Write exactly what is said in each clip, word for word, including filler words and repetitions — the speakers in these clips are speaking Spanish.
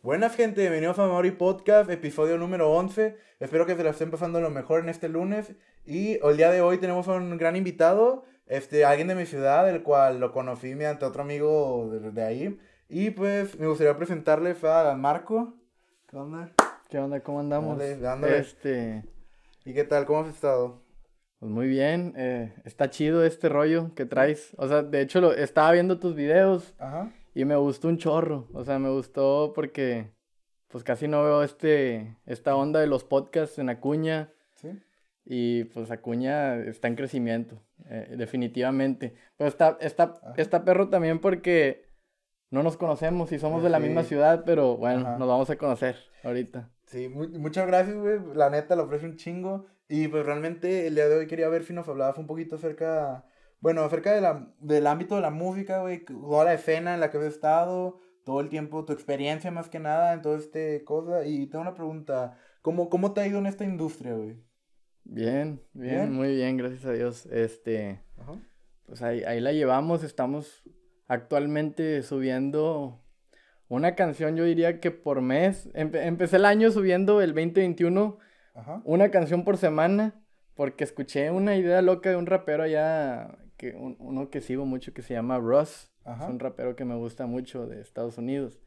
Buenas gente, bienvenidos a Mauri Podcast, episodio número once. Espero que se la estén pasando lo mejor en este lunes. Y el día de hoy tenemos a un gran invitado, este, alguien de mi ciudad, el cual lo conocí mediante otro amigo de, de ahí. Y pues me gustaría presentarles a Marco. ¿Qué onda? ¿Qué onda? ¿Cómo andamos? Dale, dándole. Este, ¿Y qué tal? ¿Cómo has estado? pues muy bien, eh, está chido este rollo que traes. O sea, de hecho lo, estaba viendo tus videos Ajá. y me gustó un chorro. O sea, me gustó porque pues casi no veo este, esta onda de los podcasts en Acuña. ¿Sí? Y pues Acuña está en crecimiento, eh, definitivamente. Pero está, está, Ajá. está perro también porque no nos conocemos y somos Pues de la sí. misma ciudad, pero bueno, Ajá. nos vamos a conocer ahorita. Sí, mu- muchas gracias, güey. La neta, lo aprecio un chingo. Y pues realmente el día de hoy quería ver si nos hablabas un poquito acerca, bueno, acerca de la, del ámbito de la música, güey. Toda la escena en la que has estado, todo el tiempo, tu experiencia más que nada en todo este cosa. Y tengo una pregunta, ¿cómo, cómo te ha ido en esta industria, güey? Bien, bien, ¿Bien? muy bien, gracias a Dios. Este, Ajá. pues ahí, ahí la llevamos, estamos actualmente subiendo una canción, yo diría que por mes. Empe- empecé el año subiendo el veinte veintiuno Ajá. una canción por semana, porque escuché una idea loca de un rapero allá, que, un- uno que sigo mucho que se llama Russ. Ajá. Es un rapero que me gusta mucho de Estados Unidos.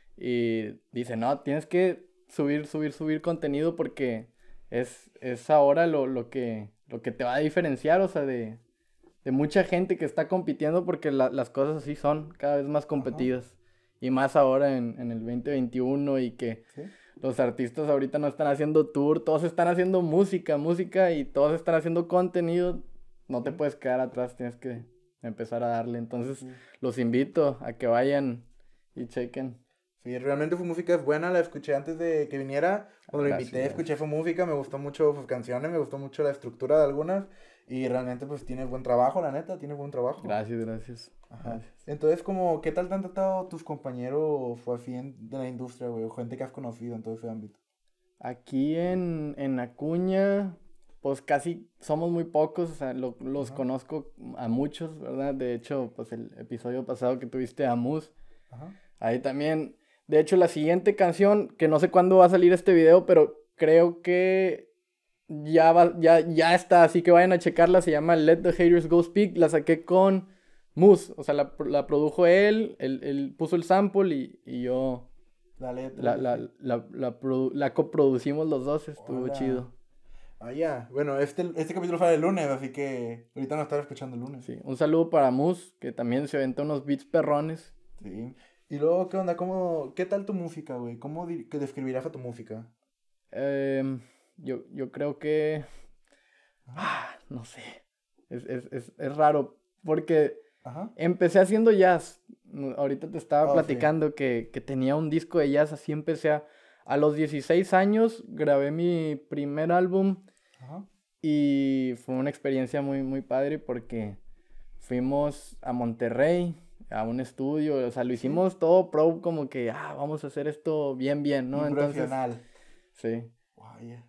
Y dice, no, tienes que subir, subir, subir contenido porque es, es ahora lo, lo que, lo que te va a diferenciar, o sea, de, de mucha gente que está compitiendo porque la- las cosas así son cada vez más competidas. Y más ahora en, en el veinte veintiuno y que Sí. los artistas ahorita no están haciendo tour, todos están haciendo música, música y todos están haciendo contenido. No te Sí. puedes quedar atrás, tienes que empezar a darle. Entonces, Sí. los invito a que vayan y chequen. Sí, realmente su música es buena, la escuché antes de que viniera. Cuando lo Gracias, invité, gracias. escuché su música, me gustó mucho sus canciones, me gustó mucho la estructura de algunas. Y realmente, pues tiene buen trabajo, la neta, tiene buen trabajo. Gracias, gracias. Ajá. Gracias. Entonces, como, ¿qué tal te han tratado tus compañeros o así en- de la industria, güey? O gente que has conocido en todo ese ámbito. Aquí en, en Acuña, pues casi somos muy pocos, o sea, lo- los Ajá. conozco a muchos, ¿verdad? De hecho, pues el episodio pasado que tuviste a Mus, Ajá. ahí también. De hecho, la siguiente canción, que no sé cuándo va a salir este video, pero creo que ya va, ya, ya está, así que vayan a checarla, se llama Let the Haters Go Speak, la saqué con Mus, o sea, la, la produjo él, él, él puso el sample y, y yo La letra. la, y la, así. la, la, produ- la coproducimos los dos, estuvo Hola. chido. Ah, ya. Bueno, este, este capítulo sale el lunes, así que ahorita no estaré escuchando el lunes. Sí, un saludo para Mus, que también se aventó unos beats perrones. Sí. Y luego, ¿qué onda? ¿Cómo, qué tal tu música, güey? ¿Cómo di- que describirás a tu música? Em, yo, yo creo que... Ajá. Ah, no sé. Es, es, es, es raro, porque Ajá. empecé haciendo jazz. No, ahorita te estaba Oh, sí. platicando que, que tenía un disco de jazz, así empecé a... A los dieciséis años grabé mi primer álbum Ajá. y fue una experiencia muy, muy padre porque fuimos a Monterrey, a un estudio, o sea, lo Sí. hicimos todo pro, como que, ah, vamos a hacer esto bien, bien, ¿no? Y Entonces, profesional. sí. Vaya.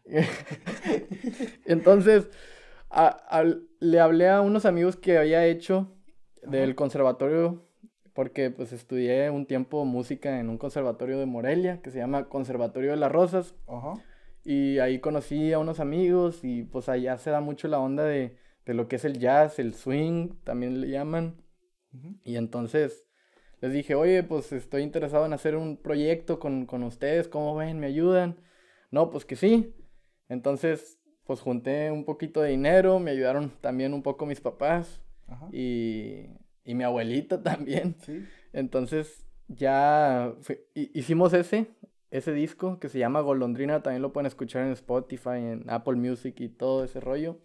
Entonces, a- al- le hablé a unos amigos que había hecho del Ajá. conservatorio, porque pues estudié un tiempo música en un conservatorio de Morelia, que se llama Conservatorio de las Rosas, Ajá. y ahí conocí a unos amigos, y pues allá se da mucho la onda de, de lo que es el jazz, el swing, también le llaman, Ujú. y entonces les dije, oye, pues estoy interesado en hacer un proyecto con, con ustedes, ¿cómo ven? ¿Me ayudan? No, pues que sí. Entonces, pues junté un poquito de dinero, me ayudaron también un poco mis papás Ajá. y, y mi abuelita también. Sí. Entonces, ya fui- hi- hicimos ese, ese disco que se llama Golondrina, también lo pueden escuchar en Spotify, en Apple Music y todo ese rollo.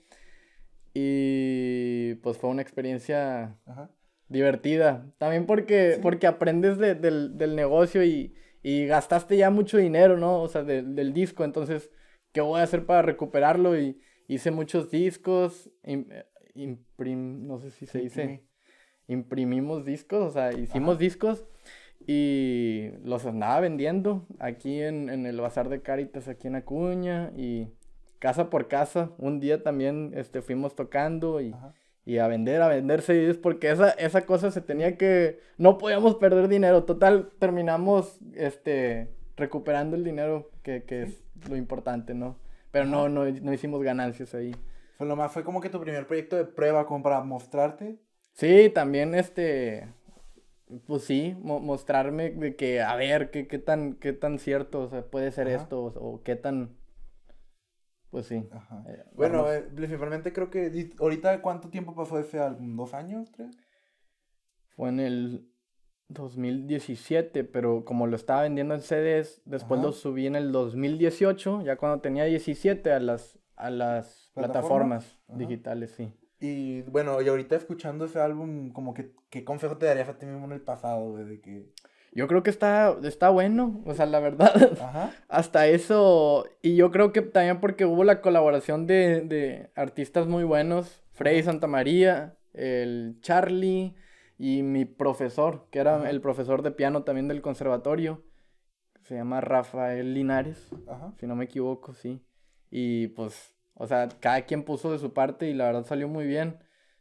Y pues fue una experiencia Ajá. divertida. También porque, Sí. porque aprendes de- del, del negocio y, y gastaste ya mucho dinero, ¿no? O sea, de- del disco. Entonces, ¿qué voy a hacer para recuperarlo? Y hice muchos discos. im- imprim- no sé si se dice. Imprimí. Imprimimos discos, o sea, hicimos Ajá. discos y los andaba vendiendo aquí en, en el Bazar de Cáritas, aquí en Acuña. Y casa por casa. Un día también este, fuimos tocando y Ajá. y a vender, a vender C Ds, porque esa, esa cosa se tenía que... No podíamos perder dinero, total, terminamos, este, recuperando el dinero, que, que Sí. es lo importante, ¿no? Pero Ajá. no, no, no hicimos ganancias ahí. Fue lo más, fue como que tu primer proyecto de prueba como para mostrarte. Sí, también este, pues sí, mo- mostrarme de que, a ver, qué, qué tan, qué tan cierto, o sea, puede ser Ajá. esto, o, o qué tan, pues sí. Ajá. eh, Bueno, darnos- eh, principalmente creo que di- ahorita ¿cuánto tiempo pasó de ese álbum? ¿Dos años, tres? Fue en el dos mil diecisiete, pero como lo estaba vendiendo en C Ds, después lo Ajá. subí en el dos mil dieciocho, ya cuando tenía diecisiete, a las, a las ¿Plataformas? plataformas Ajá. digitales, sí. Y bueno, y ahorita escuchando ese álbum, como que, ¿qué consejo te darías a ti mismo en el pasado, güey? De que... Yo creo que está, está bueno, o sea, la verdad, Ajá. hasta eso, y yo creo que también porque hubo la colaboración de, de artistas muy buenos, Freddy Ajá. Santamaría, el Charlie y mi profesor, que era Ajá. el profesor de piano también del conservatorio, se llama Rafael Linares, Ajá. si no me equivoco, sí. Y pues, o sea, cada quien puso de su parte y la verdad salió muy bien.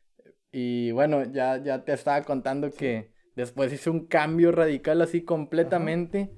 Y bueno, ya, ya te estaba contando Sí. que después hice un cambio radical así Ajá. completamente.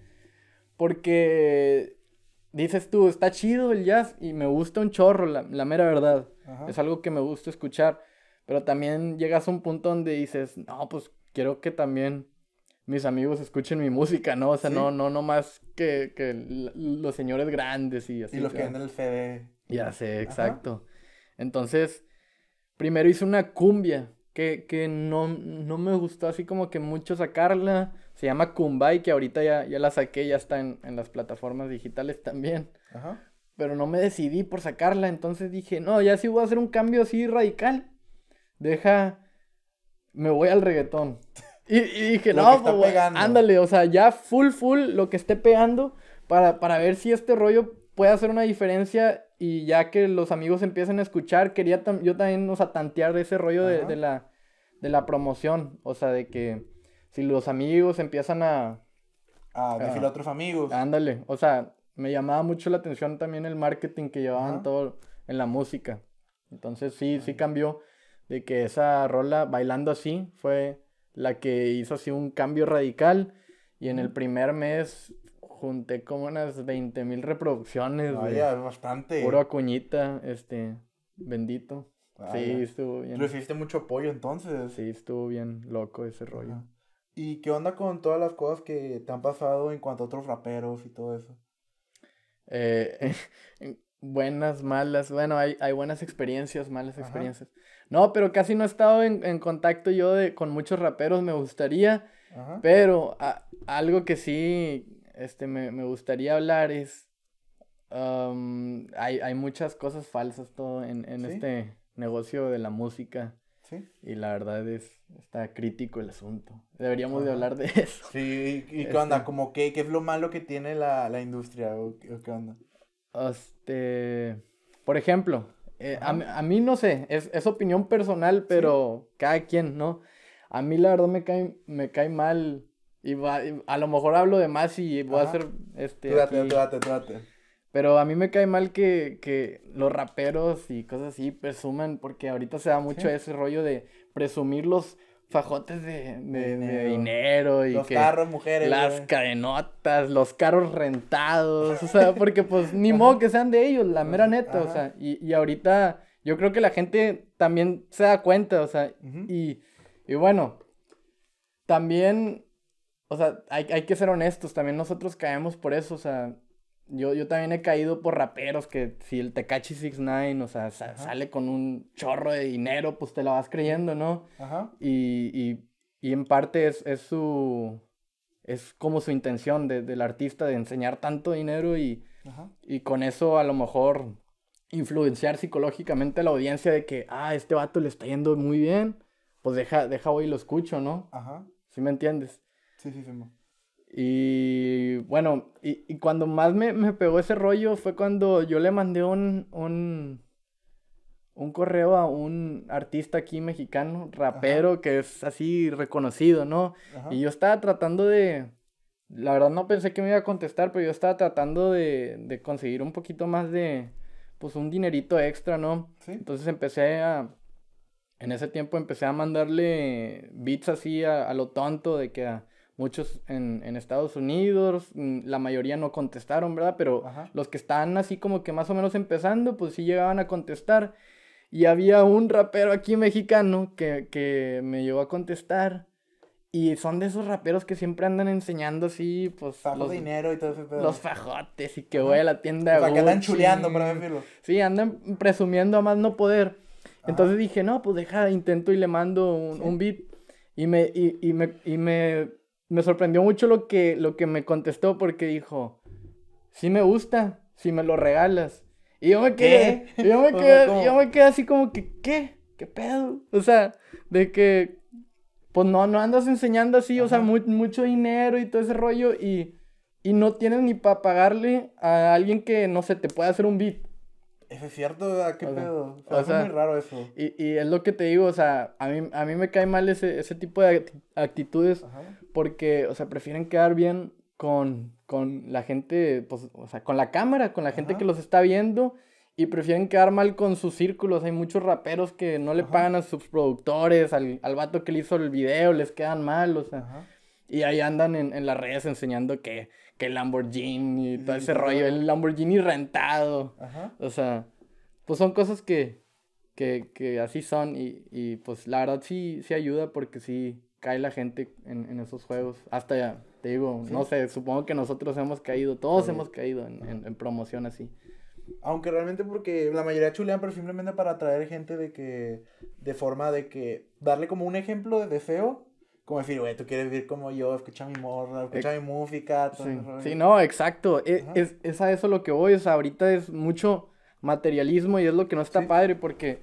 Porque dices tú, está chido el jazz y me gusta un chorro, la, la mera verdad. Ajá. Es algo que me gusta escuchar. Pero también llegas a un punto donde dices, no, pues quiero que también mis amigos escuchen mi música, ¿no? O sea, Sí. no, no, no más que, que l- los señores grandes y así. Y los que ¿verdad? venden el C D. Ya sé, Ajá. exacto. Entonces, primero hice una cumbia que, que no, no me gustó así como que mucho sacarla. Se llama Kumbay, que ahorita ya, ya la saqué, ya está en, en las plataformas digitales también. Ajá. Pero no me decidí por sacarla, entonces dije, no, ya sí voy a hacer un cambio así radical. Deja, me voy al reggaetón. Y, y dije, Lo que no, está pues, pegando. ándale, o sea, ya full, full lo que esté pegando para, para ver si este rollo puede hacer una diferencia y ya que los amigos empiecen a escuchar, quería tam- yo también, o sea, tantear ese rollo de, Ajá. de la, de la promoción, o sea, de que si los amigos empiezan a, Ah, decirle a a- otros amigos. ándale, o sea, me llamaba mucho la atención también el marketing que llevaban Ajá. todo en la música. Entonces sí, Ah, sí ya. cambió de que esa rola Bailando Así fue la que hizo así un cambio radical y en el Ujú. primer mes junté como unas veinte mil reproducciones de Vaya, es bastante. puro Acuñita, este, bendito. Sí, Vaya. estuvo bien, Recibiste mucho apoyo entonces. sí, estuvo bien loco ese rollo. Ajá. ¿Y qué onda con todas las cosas que te han pasado en cuanto a otros raperos y todo eso? Eh, buenas, malas. Bueno, hay, hay buenas experiencias, malas Ajá. experiencias. No, pero casi no he estado en, en contacto yo de, con muchos raperos, me gustaría. Ajá. Pero a- algo que sí este, me, me gustaría hablar es... am, hay, hay muchas cosas falsas todo en, en Sí. este negocio de la música. Sí. Y la verdad es, está crítico el asunto. Deberíamos de Ajá. hablar de eso. Sí, ¿y, y qué onda? Este, Como qué, qué es lo malo que tiene la, la industria? ¿O, qué o qué onda? Este, por ejemplo, eh, a, mí- Ajá. a mí no sé, es, es opinión personal, Sí. pero cada quien, ¿no? A mí la verdad me cae, me cae mal y, va- y a lo mejor hablo de más y voy a Ajá. hacer Tú este date, aquí, tú date, tú date. pero a mí me cae mal que, que los raperos y cosas así presuman, porque ahorita se da mucho Sí. ese rollo de presumir los fajotes de, de, de Dinero. dinero y Los que carros, mujeres, las güey. cadenotas, los carros rentados, o sea, porque pues ni modo Ajá. que sean de ellos, la mera neta, o Ajá. sea, y, y ahorita yo creo que la gente también se da cuenta, o sea, Ujú. y, y bueno, también, o sea, hay, hay que ser honestos, también nosotros caemos por eso, o sea, yo, yo también he caído por raperos que si el Tekashi six nine, o sea, sa- Ajá. sale con un chorro de dinero, pues te la vas creyendo, ¿no? Ajá. Y, y, y en parte es, es su, es como su intención de- del artista de enseñar tanto dinero y, Ajá. y con eso a lo mejor influenciar psicológicamente a la audiencia de que, ah, este vato le está yendo muy bien, pues deja, deja voy y lo escucho, ¿no? Ajá. ¿Sí me entiendes? Sí, sí, sí. mo. Y bueno, y, y cuando más me, me pegó ese rollo fue cuando yo le mandé un, un, un correo a un artista aquí mexicano, rapero, que es así reconocido, ¿no? Ajá. Y yo estaba tratando de, la verdad no pensé que me iba a contestar, pero yo estaba tratando de, de conseguir un poquito más de, pues un dinerito extra, ¿no? Sí. Entonces empecé a, en ese tiempo empecé a mandarle beats así a, a lo tonto, de que a muchos en, en Estados Unidos, la mayoría no contestaron, ¿verdad? Pero Ajá. los que están así como que más o menos empezando, pues sí llegaban a contestar. Y había un rapero aquí mexicano que, que me llegó a contestar. Y son de esos raperos que siempre andan enseñando así, pues... Fajos los, de dinero y todo ese pedo. Los fajotes y que Ajá. voy a la tienda o sea, que andan chuleando, por decirlo. Sí, andan presumiendo a más no poder. Ajá. Entonces dije, no, pues deja, intento y le mando un, ¿Sí? un beat. Y me, y, y me, y me, me sorprendió mucho lo que, lo que me contestó porque dijo, sí me gusta, si me lo regalas. Y yo me quedé, ¿Qué? yo me quedé, o sea, yo me quedé así como que, ¿qué? ¿Qué pedo? O sea, de que... Pues no, no andas enseñando así, Ajá. o sea, muy, mucho dinero y todo ese rollo y, y no tienes ni para pagarle a alguien que, no sé, te pueda hacer un beat. Eso es cierto, ¿verdad? ¿Qué o pedo? Sea, o sea, es muy raro eso. Y, y es lo que te digo, o sea, a mí, a mí me cae mal ese, ese tipo de actitudes Ajá. porque, o sea, prefieren quedar bien con, con la gente, pues, o sea, con la cámara, con la Ajá. gente que los está viendo. Y prefieren quedar mal con sus círculos. Hay muchos raperos que no le Ajá. pagan a sus productores, al, al vato que le hizo el video, les quedan mal, o sea. Ajá. Y ahí andan en, en las redes enseñando que, que el Lamborghini y todo sí, ese claro. rollo, el Lamborghini rentado. Ajá. O sea, pues son cosas que, que, que así son y, y pues la verdad sí, sí ayuda porque sí cae la gente en, en esos juegos. Hasta ya, te digo, ¿Sí? no sé, supongo que nosotros hemos caído, todos sí. hemos caído en, en, en promoción así. Aunque realmente porque la mayoría chulean, pero simplemente para atraer gente de que, de forma de que, darle como un ejemplo de deseo, como decir, güey, tú quieres vivir como yo, escucha mi morra, escucha eh, mi música, todo sí. eso. Sí, no, exacto, es, es, es a eso lo que voy, o sea, ahorita es mucho materialismo y es lo que no está sí. padre, porque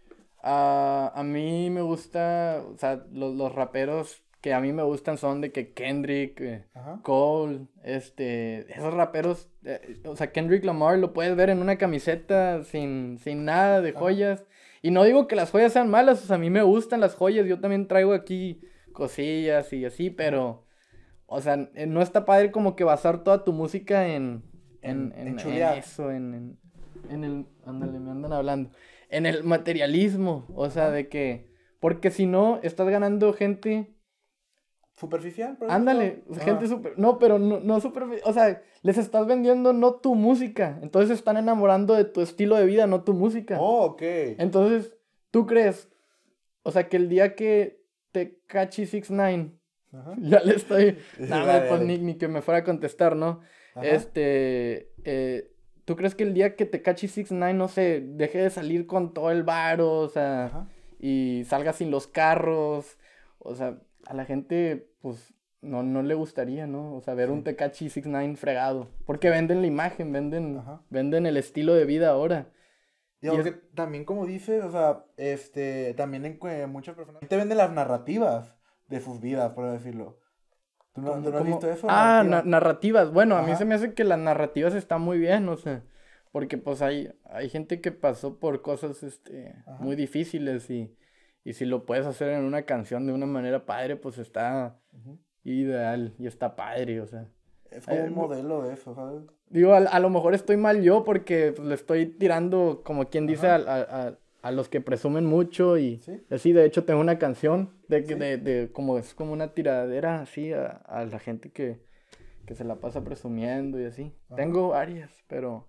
uh, a mí me gusta, o sea, los, los raperos que a mí me gustan son de que Kendrick, eh, Cole, este, esos raperos, eh, o sea, Kendrick Lamar lo puedes ver en una camiseta sin, sin nada de joyas, Ajá. y no digo que las joyas sean malas, o sea, a mí me gustan las joyas, yo también traigo aquí cosillas y así, pero, o sea, no está padre como que basar toda tu música en, en, en, en, en eso, en, en, en el, ándale, me andan hablando, en el materialismo, o sea, Ajá. de que, porque si no, estás ganando gente... ¿Superficial? Por Ándale, ah. gente super... No, pero no, no superficial. O sea, les estás vendiendo no tu música. Entonces se están enamorando de tu estilo de vida, no tu música. Oh, ok. Entonces, ¿tú crees? O sea, que el día que Tekashi six nine... Ya le estoy... Nada, pues ni, ni que me fuera a contestar, ¿no? Ajá. Este... Eh, ¿Tú crees que el día que Tekashi six nine, no sé, deje de salir con todo el varo, o sea... Ajá. Y salga sin los carros, o sea... A la gente, pues, no, no le gustaría, ¿no? O sea, ver sí. un Tekashi six nine fregado. Porque venden la imagen, venden, venden el estilo de vida ahora. Y, y aunque es... también, como dices, o sea, este, también en, en muchas personas te venden las narrativas de sus vidas, por decirlo. ¿Tú no, ¿tú no has visto eso? Ah, narrativas. Na- narrativas. Bueno, Ajá. a mí se me hace que las narrativas están muy bien, o sea, porque, pues, hay, hay gente que pasó por cosas, este, Ajá. muy difíciles y... Y si lo puedes hacer en una canción de una manera padre, pues está uh-huh. ideal y está padre, o sea. Es como eh, un modelo de eso, ¿sabes? Digo, a, a lo mejor estoy mal yo porque pues, le estoy tirando, como quien dice, a, a, a los que presumen mucho y ¿Sí? así. De hecho, tengo una canción de, ¿Sí? de, de como es como una tiradera así a, a la gente que, que se la pasa presumiendo y así. Ajá. Tengo varias, pero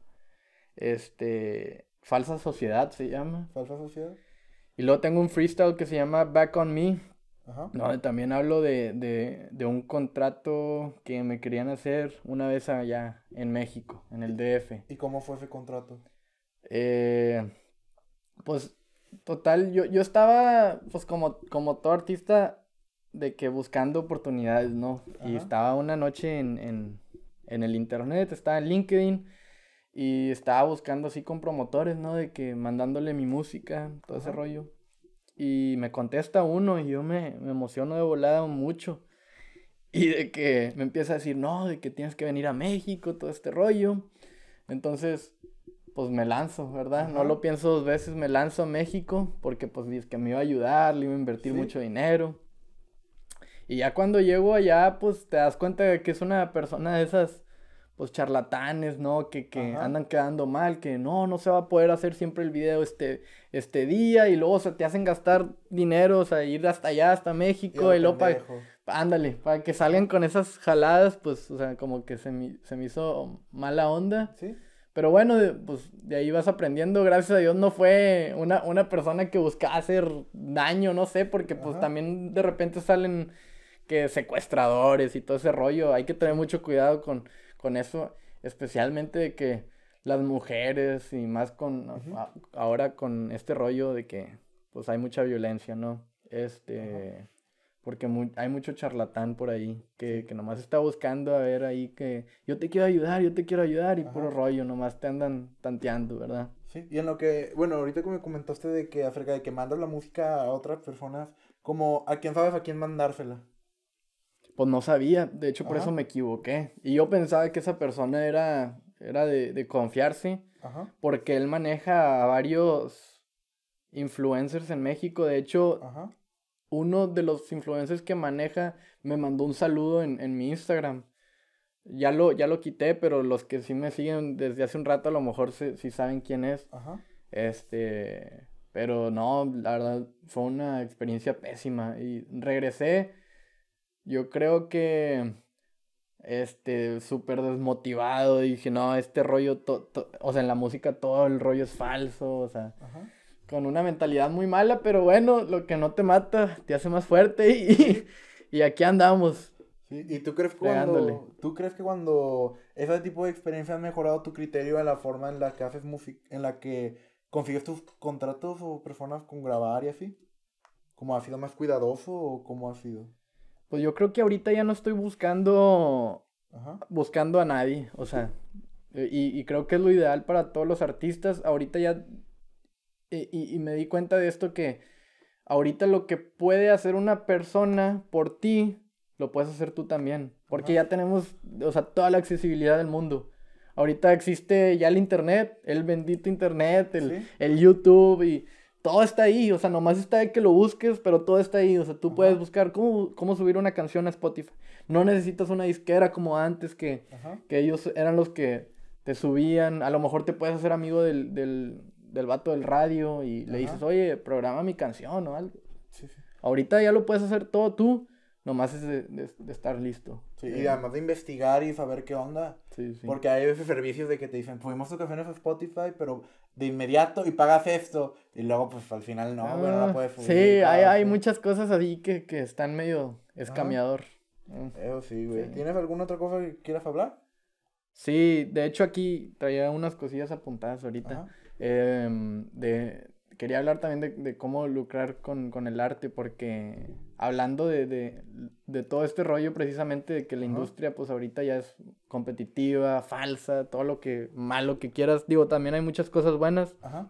este... Falsa Sociedad se llama. ¿Falsa Sociedad? Y luego tengo un freestyle que se llama Back on Me, Ajá. donde también hablo de, de, de un contrato que me querían hacer una vez allá en México, en el D F. ¿Y cómo fue ese contrato? Eh, pues, total, yo, yo estaba, pues, como, como todo artista, de que buscando oportunidades, ¿no? Ajá. Y estaba una noche en, en, en el internet, estaba en LinkedIn, y estaba buscando así con promotores, ¿no? De que mandándole mi música, todo Ajá. ese rollo. Y me contesta uno y yo me, me emociono de volada mucho. Y de que me empieza a decir, no, de que tienes que venir a México, todo este rollo. Entonces, pues me lanzo, ¿verdad? Ajá. No lo pienso dos veces, me lanzo a México porque pues es que me iba a ayudar, le iba a invertir ¿Sí? mucho dinero. Y ya cuando llego allá, pues te das cuenta de que es una persona de esas... pues charlatanes, ¿no? Que, que andan quedando mal, que no, no se va a poder hacer siempre el video este, este día, y luego o sea, te hacen gastar dinero, o sea, ir hasta allá, hasta México, y, y luego para ándale, para que salgan con esas jaladas, pues, o sea, como que se me, se me hizo mala onda. Sí. Pero bueno, de, pues de ahí vas aprendiendo. Gracias a Dios no fue una, una persona que buscaba hacer daño, no sé, porque pues Ajá. también de repente salen que secuestradores y todo ese rollo. Hay que tener mucho cuidado con, con eso, especialmente de que las mujeres y más con Ujú. a- ahora con este rollo de que pues hay mucha violencia, ¿no? Ajá. Este, porque mu- hay mucho charlatán por ahí que, Sí. que nomás está buscando a ver ahí que yo te quiero ayudar, yo te quiero ayudar y puro Ajá. rollo, nomás te andan tanteando, ¿verdad? Sí, y en lo que, bueno, ahorita que me comentaste de que acerca de que mandas la música a otras personas, como a quién sabes a quién mandársela. Pues no sabía, de hecho por eso Ajá, me equivoqué. Y yo pensaba que esa persona era, era de, de confiarse, ajá, porque él maneja a varios influencers en México. De hecho, ajá, uno de los influencers que maneja me mandó un saludo en, en mi Instagram. Ya lo, ya lo quité, pero los que sí me siguen desde hace un rato a lo mejor sí, sí saben quién es. ajá. Este, pero no, la verdad fue una experiencia pésima. Y regresé, yo creo que, este, súper desmotivado. Dije, no, este rollo, to- to- o sea, en la música todo el rollo es falso, o sea, Ajá. con una mentalidad muy mala, pero bueno, lo que no te mata te hace más fuerte y, Sí, y aquí andamos, sí. ¿Y tú crees que fregándole. cuando, tú crees que cuando ese tipo de experiencia ha mejorado tu criterio en la forma en la que haces música, en la que consigues tus contratos o personas con grabar y así? ¿Cómo ha sido más cuidadoso o cómo ha sido? Pues yo creo que ahorita ya no estoy buscando, Ajá, buscando a nadie, o sea, eh, y, y creo que es lo ideal para todos los artistas. Ahorita ya, eh, y, y me di cuenta de esto que ahorita lo que puede hacer una persona por ti, lo puedes hacer tú también, porque ajá, ya tenemos, o sea, toda la accesibilidad del mundo. Ahorita existe ya el internet, el bendito internet, el, sí, el YouTube y todo está ahí, o sea, nomás está de que lo busques, pero todo está ahí, o sea, tú puedes ajá, buscar cómo, cómo subir una canción a Spotify. No necesitas una disquera como antes que, ajá, que ellos eran los que te subían, a lo mejor te puedes hacer amigo del, del, del vato del radio y le dices, ajá, oye, programa mi canción o algo. sí, sí. Ahorita ya lo puedes hacer todo tú, nomás es de, de- de estar listo. Sí, y Eh, además de investigar y saber qué onda. sí, sí. Porque hay veces servicios de que te dicen, subimos tus canciones a Spotify, pero de inmediato y pagas esto. Y luego, pues al final no, güey, no la Ah, puedes sí, subir, hay, claro, hay sí. muchas cosas así que, que están medio Ajá, escameador. Mm, eso sí, güey. sí. ¿Tienes alguna otra cosa que quieras hablar? Sí, de hecho aquí traía unas cosillas apuntadas ahorita. Ajá, Em, de, quería hablar también de, de cómo lucrar con, con el arte, porque hablando de, de, de todo este rollo precisamente de que la ajá, industria pues ahorita ya es competitiva, falsa, todo lo que malo que quieras, digo, también hay muchas cosas buenas. ajá.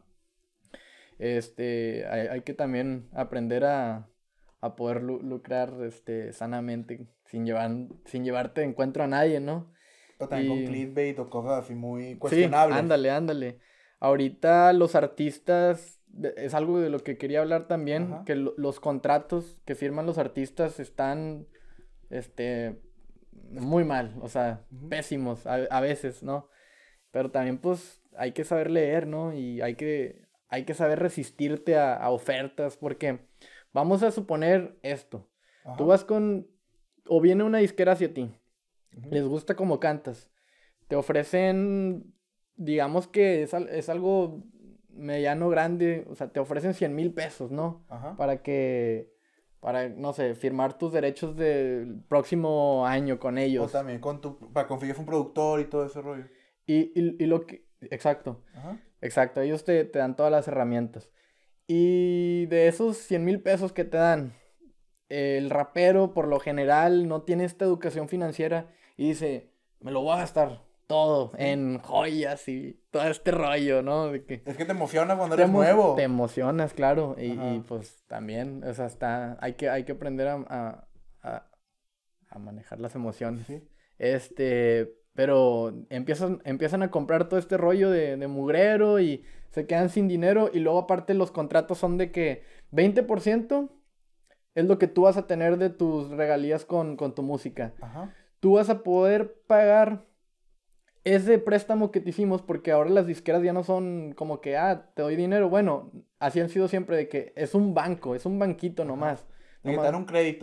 Este, hay, hay que también aprender a, a poder lu- lucrar este, sanamente, sin llevar, sin llevarte de encuentro a nadie, ¿no? Pero también con Y clickbait o cosas así muy sí, cuestionables. ándale, ándale. Ahorita los artistas, de- es algo de lo que quería hablar también, Ajá, que lo- los contratos que firman los artistas están, este, es- muy mal, o sea, ujú, pésimos a, a veces, ¿no? Pero también, pues, hay que saber leer, ¿no? Y hay que, hay que saber resistirte a, a ofertas, porque vamos a suponer esto. Tú ajá, vas con, o viene una disquera hacia ti, ujú, les gusta cómo cantas, te ofrecen, digamos que es, al- es algo mediano grande, o sea, te ofrecen cien mil pesos, ¿no? ajá. Para que, para, no sé, firmar tus derechos del próximo año con O ellos. también con tu, para conseguir un productor y todo ese rollo. Y, y, y lo que, exacto, Ajá, exacto, ellos te, te dan todas las herramientas. Y de esos cien mil pesos que te dan, el rapero por lo general no tiene esta educación financiera y dice, me lo voy a gastar todo sí. en joyas y todo este rollo, ¿no? De que Es que te emociona cuando te, eres emo- te nuevo. emocionas, claro, y, y, Ajá, pues también, o sea, está, hay que, hay que aprender a, a, a- a manejar las emociones. sí. Este, pero empiezan, empiezan a comprar todo este rollo de, de mugrero y se quedan sin dinero y luego aparte los contratos son de que veinte por ciento es lo que tú vas a tener de tus regalías con, con tu música. Ajá, Tú vas a poder pagar ese préstamo que te hicimos porque ahora las disqueras ya no son como que, ah, te doy dinero. Bueno, así han sido siempre de que es un banco, es un banquito ajá. nomás. De que te dan Nomás un crédito.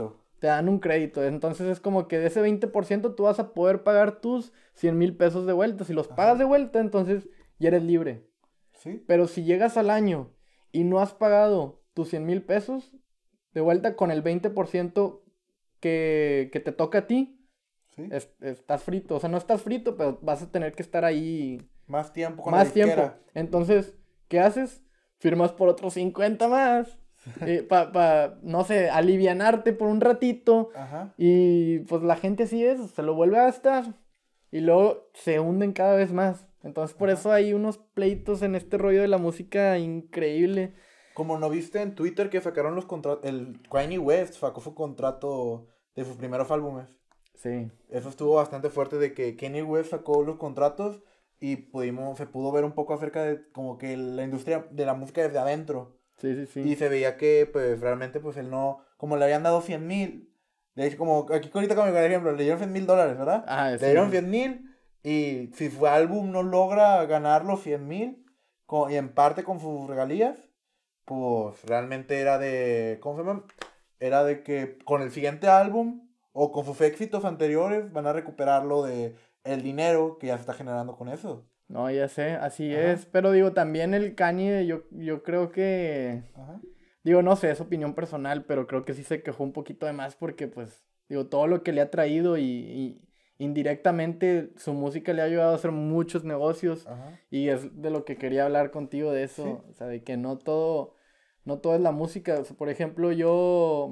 te dan un crédito. Entonces es como que de ese veinte por ciento tú vas a poder pagar tus cien mil pesos de vuelta. Si los Ajá. pagas de vuelta, entonces ya eres libre. Sí. Pero si llegas al año y no has pagado tus cien mil pesos de vuelta con el veinte por ciento que, que te toca a ti, Sí. es- estás frito. O sea, no estás frito, pero vas a tener que estar ahí Más tiempo con más la tiempo. disquera. Entonces, ¿qué haces? Firmas por otros cincuenta más. Para, pa, no sé, alivianarte por un ratito. Ajá. Y pues la gente así es, se lo vuelve a gastar. Y luego se hunden cada vez más. Entonces, por Ajá. eso hay unos pleitos en este rollo de la música increíble. Como no viste en Twitter que sacaron los contratos, el Kanye West sacó su contrato de sus primeros álbumes. Sí, Eso estuvo bastante fuerte de que Kanye West sacó los contratos y pudimos, se pudo ver un poco acerca de como que la industria de la música desde adentro. sí, sí, sí. Y se veía que pues realmente pues él no, como le habían dado cien mil, de hecho como aquí ahorita como por ejemplo, le dieron cien mil dólares, ¿verdad? Ah, Le sí. dieron cien mil y si su álbum no logra ganar los cien mil y en parte con sus regalías, pues realmente era de, ¿cómo se llama? Era de que con el siguiente álbum o con sus éxitos anteriores van a recuperarlo de el dinero que ya se está generando con eso. No, ya sé, así Ajá. es. Pero digo, también el Kanye, yo, yo creo que... Ajá. Digo, no sé, es opinión personal, pero creo que sí se quejó un poquito de más porque, pues, digo, todo lo que le ha traído y, y indirectamente su música le ha ayudado a hacer muchos negocios Ajá. y es de lo que quería hablar contigo de eso, Sí. o sea, de que no todo, no todo es la música. O sea, por ejemplo, yo,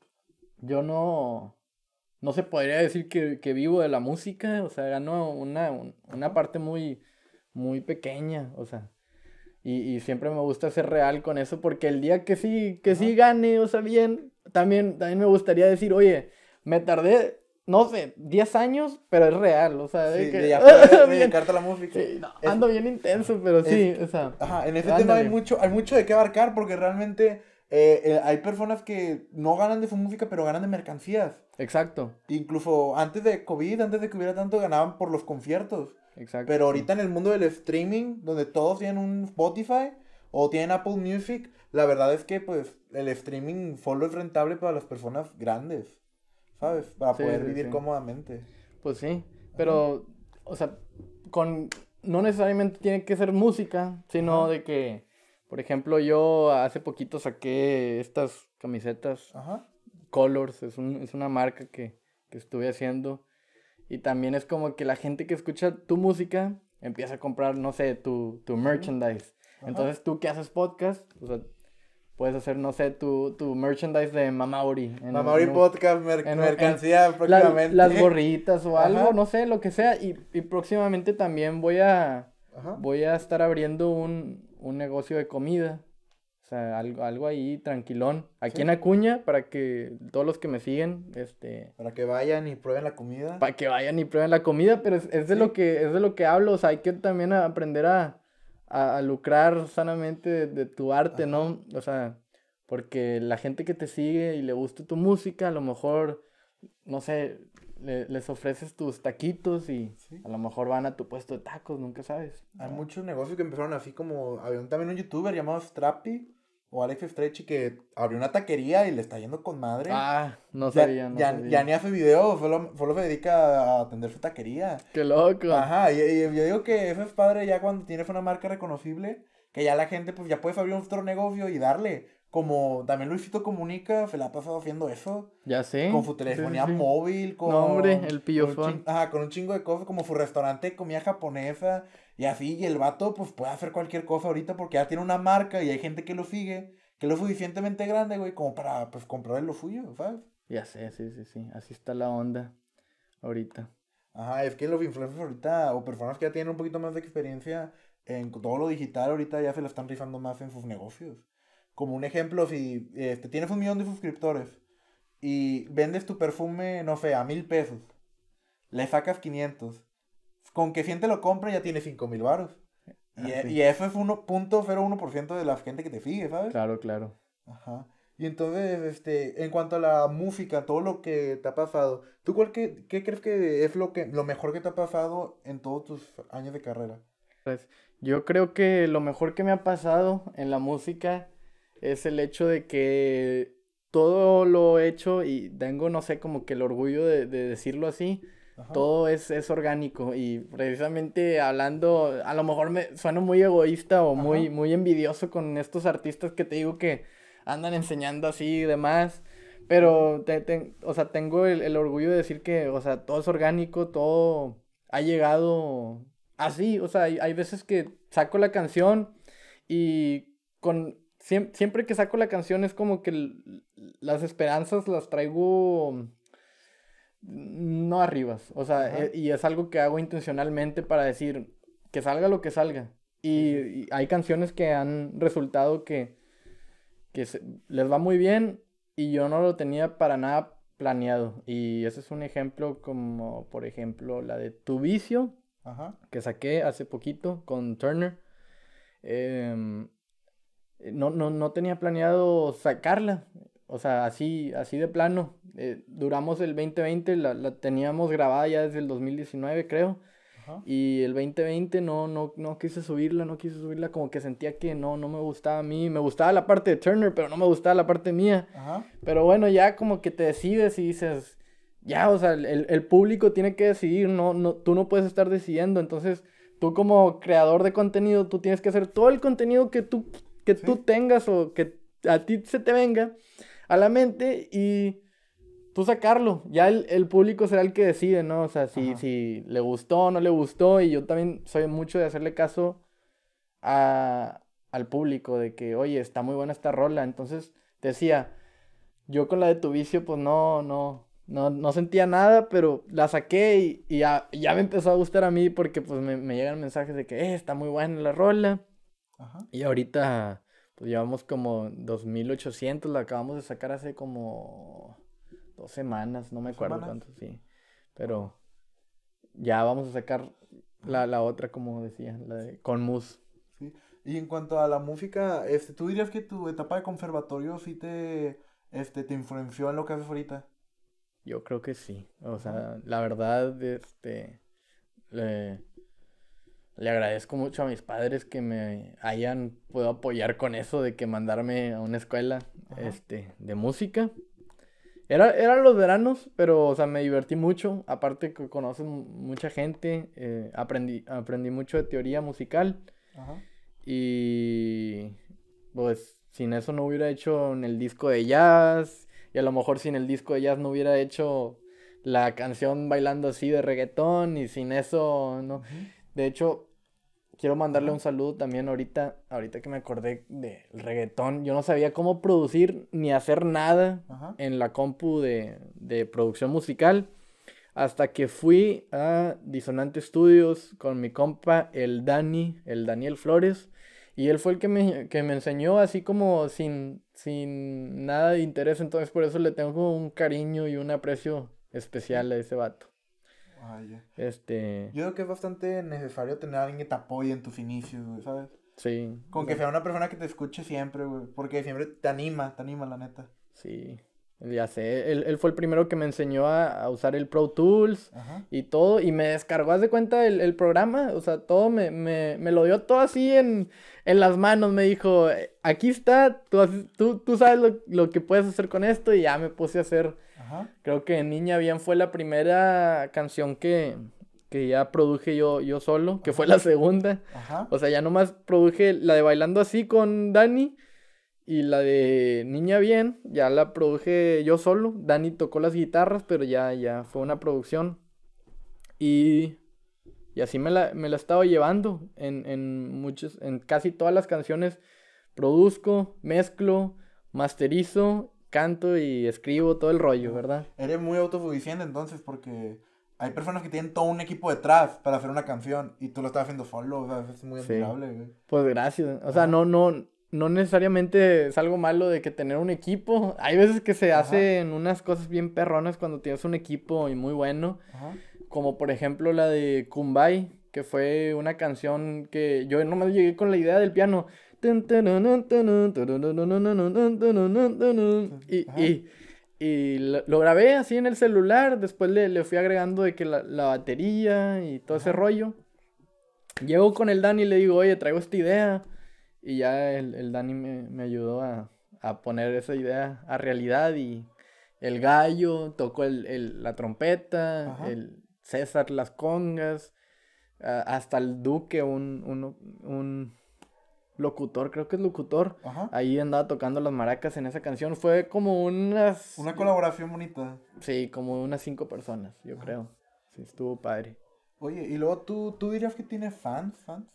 yo no, no se podría decir que, que vivo de la música, o sea, gano una, un- una Ajá. parte muy, muy pequeña, o sea. Y, y siempre me gusta ser real con eso porque el día que sí, que sí Ajá. gane, o sea, bien, también, también me gustaría decir, oye, me tardé, no sé, diez años, pero es real, o sea, de Sí, de que, ya puedes bien, dedicarte a la música. sí, no, Es, ando bien intenso, pero es, sí, o sea, ajá, en ese tema hay ándale, mucho, hay mucho de qué abarcar porque realmente eh, eh, hay personas que no ganan de su música, pero ganan de mercancías. exacto, Incluso antes de COVID, antes de que hubiera tanto, ganaban por los conciertos. exacto, Pero sí, ahorita en el mundo del streaming, donde todos tienen un Spotify o tienen Apple Music, la verdad es que pues el streaming solo es rentable para las personas grandes, ¿sabes? Para sí, poder sí, vivir sí, cómodamente. pues sí, Ajá, pero, o sea, con, no necesariamente tiene que ser música, sino ajá, de que, por ejemplo, yo hace poquito saqué estas camisetas ajá. Colors, es, un, es una marca que, que estuve haciendo. Y también es como que la gente que escucha tu música empieza a comprar, no sé, tu, tu Ujú, merchandise. ajá. Entonces tú que haces podcast, o sea, puedes hacer, no sé, tu, tu merchandise de Mamauri en un, Mamauri en un, Podcast, mer- en un- en mercancía la- las próximamente. gorritas o algo, Ajá, no sé, lo que sea. Y, y próximamente también voy a, ajá. voy a estar abriendo un, un negocio de comida. O sea, algo, algo ahí tranquilón. Aquí en Sí. Acuña, para que todos los que me siguen, este, Para que vayan y prueben la comida. para que vayan y prueben la comida, pero es, es de lo Sí. que, es de lo que hablo. O sea, hay que también a- aprender a, a, a lucrar sanamente de, de tu arte, Ajá. ¿no? O sea, porque la gente que te sigue y le gusta tu música, a lo mejor, no sé, le- les ofreces tus taquitos y Sí. a lo mejor van a tu puesto de tacos, nunca sabes. Hay ¿Verdad? muchos negocios que empezaron así como... Había un- también un youtuber llamado Strappy o Alex Stretchy que abrió una taquería y le está yendo con madre. Ah, no Ya, sabía, no ya, ya sabía. ni hace videos, solo, solo se dedica a atender su taquería. Qué loco. Ajá, y, y yo digo que eso es padre ya cuando tienes una marca reconocible, que ya la gente pues ya puedes abrir otro negocio y darle. Como también Luisito Comunica, se la ha pasado haciendo eso. Ya sé. Con su Sí, sí, telefonía sí. móvil, con, No, hombre, el con, un pillofón. chin- ajá, con un chingo de cosas, como su restaurante de comida japonesa y así, y el vato pues puede hacer cualquier cosa ahorita porque ya tiene una marca y hay gente que lo sigue, que es lo suficientemente grande, güey, como para pues comprar lo suyo, ¿sabes? Ya sé, sí, sí, sí. Así está la onda ahorita. Ajá, es que los influencers ahorita, o personas que ya tienen un poquito más de experiencia en todo lo digital, ahorita ya se la están rifando más en sus negocios. Como un ejemplo, si este, tienes un millón de suscriptores y vendes tu perfume, no sé, a mil pesos, le sacas quinientos. Con que cien te lo compre ya tienes cinco mil baros. Y, Ah, e- sí. y eso es uno punto cero uno por ciento de la gente que te sigue, ¿sabes? Claro, claro. Ajá. Y entonces, este, en cuanto a la música, todo lo que te ha pasado, ¿tú cuál que, qué crees que es lo que, lo mejor que te ha pasado en todos tus años de carrera? Pues yo creo que lo mejor que me ha pasado en la música es el hecho de que todo lo hecho y tengo, no sé, como que el orgullo de, de decirlo así. Ajá. Todo es, es orgánico y precisamente hablando, a lo mejor me sueno muy egoísta o muy, muy envidioso con estos artistas que te digo que andan enseñando así y demás, pero te, te, o sea, tengo el, el orgullo de decir que, o sea, todo es orgánico, todo ha llegado así, o sea, hay, hay veces que saco la canción y con siempre, siempre que saco la canción es como que l- las esperanzas las traigo no arribas, o sea, Ajá. e- y es algo que hago intencionalmente para decir que salga lo que salga. Y, Sí, sí. y hay canciones que han resultado que, que se- les va muy bien y yo no lo tenía para nada planeado. Y ese es un ejemplo como, por ejemplo, la de Tu Vicio, Ajá. que saqué hace poquito con Turner. Em, no, no, no tenía planeado sacarla. O sea, así, así de plano. Eh, duramos el veinte veinte, la, la teníamos grabada ya desde el dos mil diecinueve, creo. Ajá. Y el veinte veinte no, no, no quise subirla, no quise subirla, como que sentía que no, no me gustaba a mí. Me gustaba la parte de Turner, pero no me gustaba la parte mía. Ajá. Pero bueno, ya como que te decides y dices, ya, o sea, el, el público tiene que decidir, no, no, tú no puedes estar decidiendo. Entonces, tú como creador de contenido, tú tienes que hacer todo el contenido que tú, que tú Sí. tengas o que a ti se te venga a la mente y tú sacarlo. Ya el, el público será el que decide, ¿no? O sea, si, Ajá. si le gustó o no le gustó. Y yo también soy mucho de hacerle caso a, al público, de que, oye, está muy buena esta rola. Entonces, te decía, yo con la de Tu Vicio, pues no, no, no, no sentía nada, pero la saqué y, y ya, ya me empezó a gustar a mí porque pues me, me llegan mensajes de que, eh, está muy buena la rola. Ajá. Y ahorita, pues llevamos como dos mil ochocientos, la acabamos de sacar hace como dos semanas, no me ¿Dos acuerdo semanas? cuánto, sí. Pero ya vamos a sacar la, la otra, como decía, la de con Mus. Sí. Y en cuanto a la música, este, ¿tú dirías que tu etapa de conservatorio sí te, este, te influenció en lo que haces ahorita? Yo creo que sí. O Ajá. sea, la verdad, este, le, le agradezco mucho a mis padres que me hayan podido apoyar con eso de que mandarme a una escuela, Ajá. este, de música. Era, eran los veranos, pero, o sea, me divertí mucho. Aparte que conoces mu- mucha gente, eh, aprendí, aprendí mucho de teoría musical. Ajá. Y, pues, sin eso no hubiera hecho en el disco de jazz. Y a lo mejor sin el disco de jazz no hubiera hecho la canción bailando así de reggaetón. Y sin eso, no. Ujú. De hecho, quiero mandarle Ajá. un saludo también ahorita, ahorita que me acordé del reggaetón. Yo no sabía cómo producir ni hacer nada Ajá. en la compu de, de producción musical. Hasta que fui a Disonante Studios con mi compa, el Dani, el Daniel Flores. Y él fue el que me, que me enseñó así como sin, sin nada de interés. Entonces por eso le tengo un cariño y un aprecio Sí. especial a ese vato. Ah, ya. Este, Yo creo que es bastante necesario tener a alguien que te apoye en tus inicios, güey, ¿sabes? sí, o Con que sea, sea una persona que te escuche siempre, güey. Porque siempre te anima, te anima, la neta. sí, ya sé, él, él fue el primero que me enseñó a, a usar el Pro Tools Ajá. y todo, y me descargó, haz de cuenta, el, el programa, o sea, todo me, me, me lo dio todo así en, en las manos, me dijo, "Eh, aquí está, tú, haces- tú, tú sabes lo, lo que puedes hacer con esto", y ya me puse a hacer, Ajá. creo que Niña Bien fue la primera canción que, que ya produje yo, yo solo, que fue Ajá. la segunda, Ajá. o sea, ya nomás produje la de Bailando Así con Dani. Y la de Niña Bien, ya la produje yo solo. Dani tocó las guitarras, pero ya, ya fue una Ajá. producción. Y, y así me la, me la he estado llevando en, en muchos, en casi todas las canciones. Produzco, mezclo, masterizo, canto y escribo todo el rollo, Ajá. ¿verdad? Eres muy autosuficiente entonces porque hay personas que tienen todo un equipo detrás para hacer una canción y tú lo estás haciendo solo, o sea, es muy Sí. admirable, güey. Pues gracias. O sea, Ajá. no, no, no necesariamente es algo malo de que tener un equipo. Hay veces que se Ajá. hacen unas cosas bien perronas cuando tienes un equipo y muy bueno. Ajá. Como por ejemplo la de Kumbay, que fue una canción que yo nomás llegué con la idea del piano. Y, Ajá. y, y lo, lo grabé así en el celular, después le, le fui agregando de que la, la batería y todo ese Ajá. rollo. Llego con el Dani y le digo, oye, traigo esta idea. Y ya el, el Dani me, me ayudó a, a poner esa idea a realidad y el gallo tocó el, el, la trompeta, Ajá. el César las congas, a- hasta el Duque, un, un, un locutor, creo que es locutor, Ajá. ahí andaba tocando las maracas en esa canción. Fue como unas, Una colaboración bonita. sí, como unas cinco personas, yo Ajá. creo. Sí, estuvo padre. Oye, y luego tú, tú dirías que tienes fans, fans.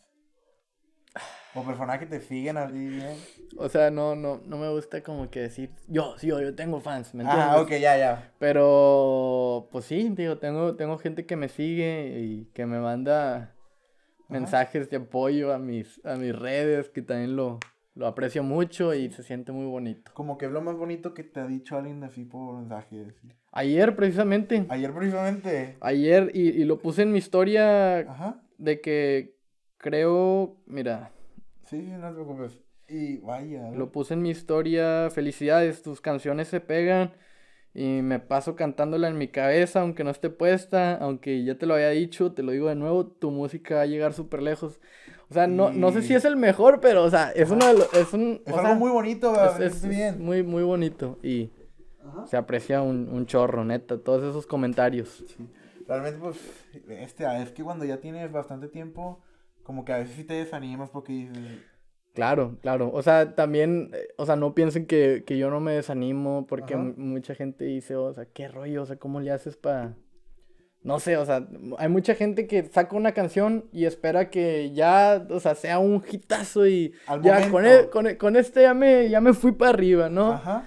O personas que te siguen así bien. O sea, no, no, no me gusta como que decir, yo, sí, yo, yo tengo fans, ¿me entiendes? Ah, ok, ya, ya. Pero, pues sí, digo, tengo, tengo gente que me sigue y que me manda mensajes de apoyo a mis, a mis redes, que también lo, lo aprecio mucho y se siente muy bonito. Como que es lo más bonito que te ha dicho alguien así por mensaje. Así. Ayer, precisamente, Ayer precisamente. ayer, y, y lo puse en mi historia Ajá. de que creo, mira, Sí, sí, no te preocupes. Y vaya. lo puse en mi historia, felicidades, tus canciones se pegan. Y me paso cantándola en mi cabeza, aunque no esté puesta, aunque ya te lo había dicho, te lo digo de nuevo, tu música va a llegar súper lejos. O sea, no, no sé si Y- es el mejor, pero, o sea, es Ajá. uno de los, es un, Es o algo sea, muy bonito, es, ¿verdad? es- Es es bien. muy, muy bonito y Ajá. se aprecia un, un chorro, neta, todos esos comentarios. Sí. Realmente, pues, este, es que cuando ya tienes bastante tiempo, como que a veces sí te desanimas porque dices, Claro, claro, o sea, también, eh, o sea, no piensen que, que yo no me desanimo porque Ajá. mu- mucha gente dice, o sea, qué rollo, o sea, ¿cómo le haces para...? No sé, o sea, hay mucha gente que saca una canción y espera que ya, o sea, sea un hitazo y al ya con, momento. e- con, e- con este ya me, ya me fui para arriba, ¿no? Ajá.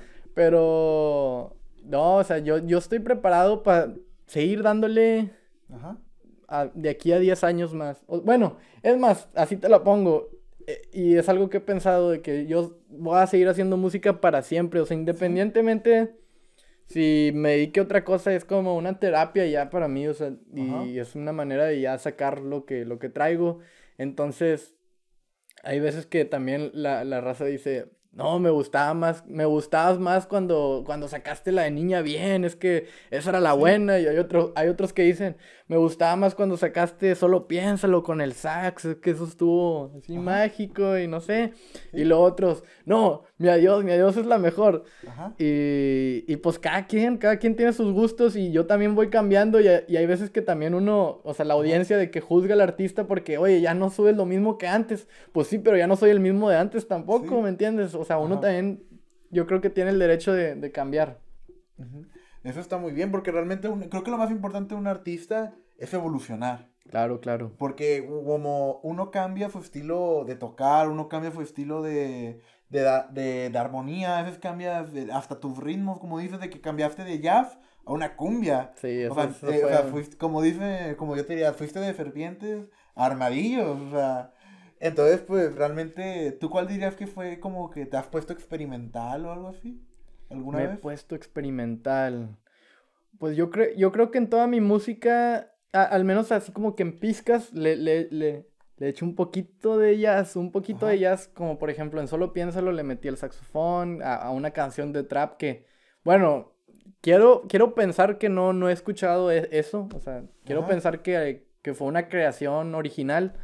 Pero, no, o sea, yo, yo estoy preparado para seguir dándole Ajá. a- de aquí a diez años más. O- bueno, es más, así te la pongo. eh, Y es algo que he pensado de que yo voy a seguir haciendo música para siempre. O sea, independientemente si me dedique a otra cosa, es como una terapia ya para mí. O sea, Ajá. y es una manera de ya sacar lo que, lo que traigo. Entonces, hay veces que también la, la raza dice, no, me gustaba más, me gustabas más cuando, cuando sacaste la de Niña Bien, es que esa era la Sí. buena, y hay otro, hay otros que dicen, me gustaba más cuando sacaste Solo Piénsalo con el sax, es que eso estuvo así Ajá. mágico y no sé, Sí. y los otros, no, mi adiós, mi adiós es la mejor. Ajá. Y, y pues cada quien, cada quien tiene sus gustos y yo también voy cambiando y, y hay veces que también uno, o sea, la audiencia de que juzga al artista porque, oye, ya no subes lo mismo que antes. Pues sí, pero ya no soy el mismo de antes tampoco, Sí. ¿me entiendes? O sea, uno Ajá. también, yo creo que tiene el derecho de, de cambiar. Ujú. Eso está muy bien porque realmente un- creo que lo más importante de un artista es evolucionar. Claro, claro. Porque como uno cambia su estilo de tocar, uno cambia su estilo de, de, da- de, de armonía, a veces cambias de- hasta tus ritmos, como dices, de que cambiaste de jazz a una cumbia. Sí, O eso, sea, eso eh, o fue... sea, fuiste, como dice, como yo te diría, fuiste de serpientes a armadillos, o sea. Entonces, pues, realmente, ¿tú cuál dirías que fue como que te has puesto experimental o algo así? ¿Alguna Me he vez? puesto experimental. Pues yo, creo yo creo que en toda mi música, a- al menos así como que en pizcas, le, le, le, le echo un poquito de jazz, un poquito de Ajá. jazz, como por ejemplo en Solo Piénsalo le metí el saxofón a, a una canción de trap que, bueno, quiero, quiero pensar que no, no he escuchado e- eso, o sea, quiero Ajá. pensar que, que fue una creación original,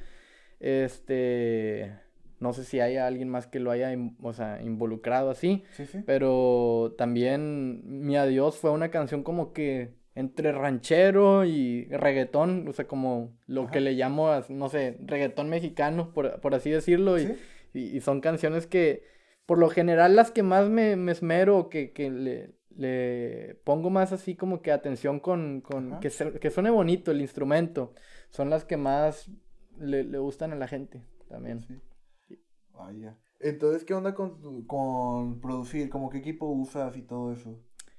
este, no sé si hay alguien más que lo haya, in- o sea, involucrado así. Sí, sí. Pero también Mi Adiós fue una canción como que entre ranchero y reggaetón, o sea, como lo Ajá. que le llamo, as- no sé, reggaetón mexicano, por, por así decirlo, y, Sí. y, y son canciones que, por lo general, las que más me, me esmero, que, que le, le pongo más así como que atención con, con Ajá. que, se- que suene bonito el instrumento, son las que más le, le gustan a la gente también. Sí. Vaya. Entonces, ¿qué onda con, tu- con producir? ¿Cómo qué equipo usas y todo eso?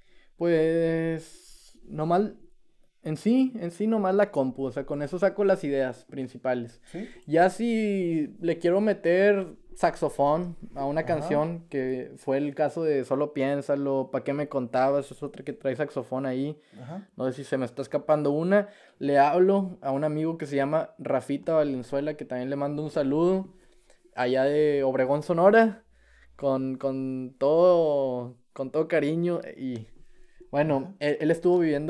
Pues, nomás, en sí, en sí nomás la compu, o sea, con eso saco las ideas principales. ¿Sí? Ya si le quiero meter saxofón a una Ajá. canción, que fue el caso de Solo Piénsalo, ¿para qué me contabas? Es otra que trae saxofón ahí. Ajá. No sé si se me está escapando una. Le hablo a un amigo que se llama Rafita Valenzuela, que también le mando un saludo, allá de Obregón, Sonora, con, con todo, con todo cariño. Y bueno, Ajá. él, él estuvo viviendo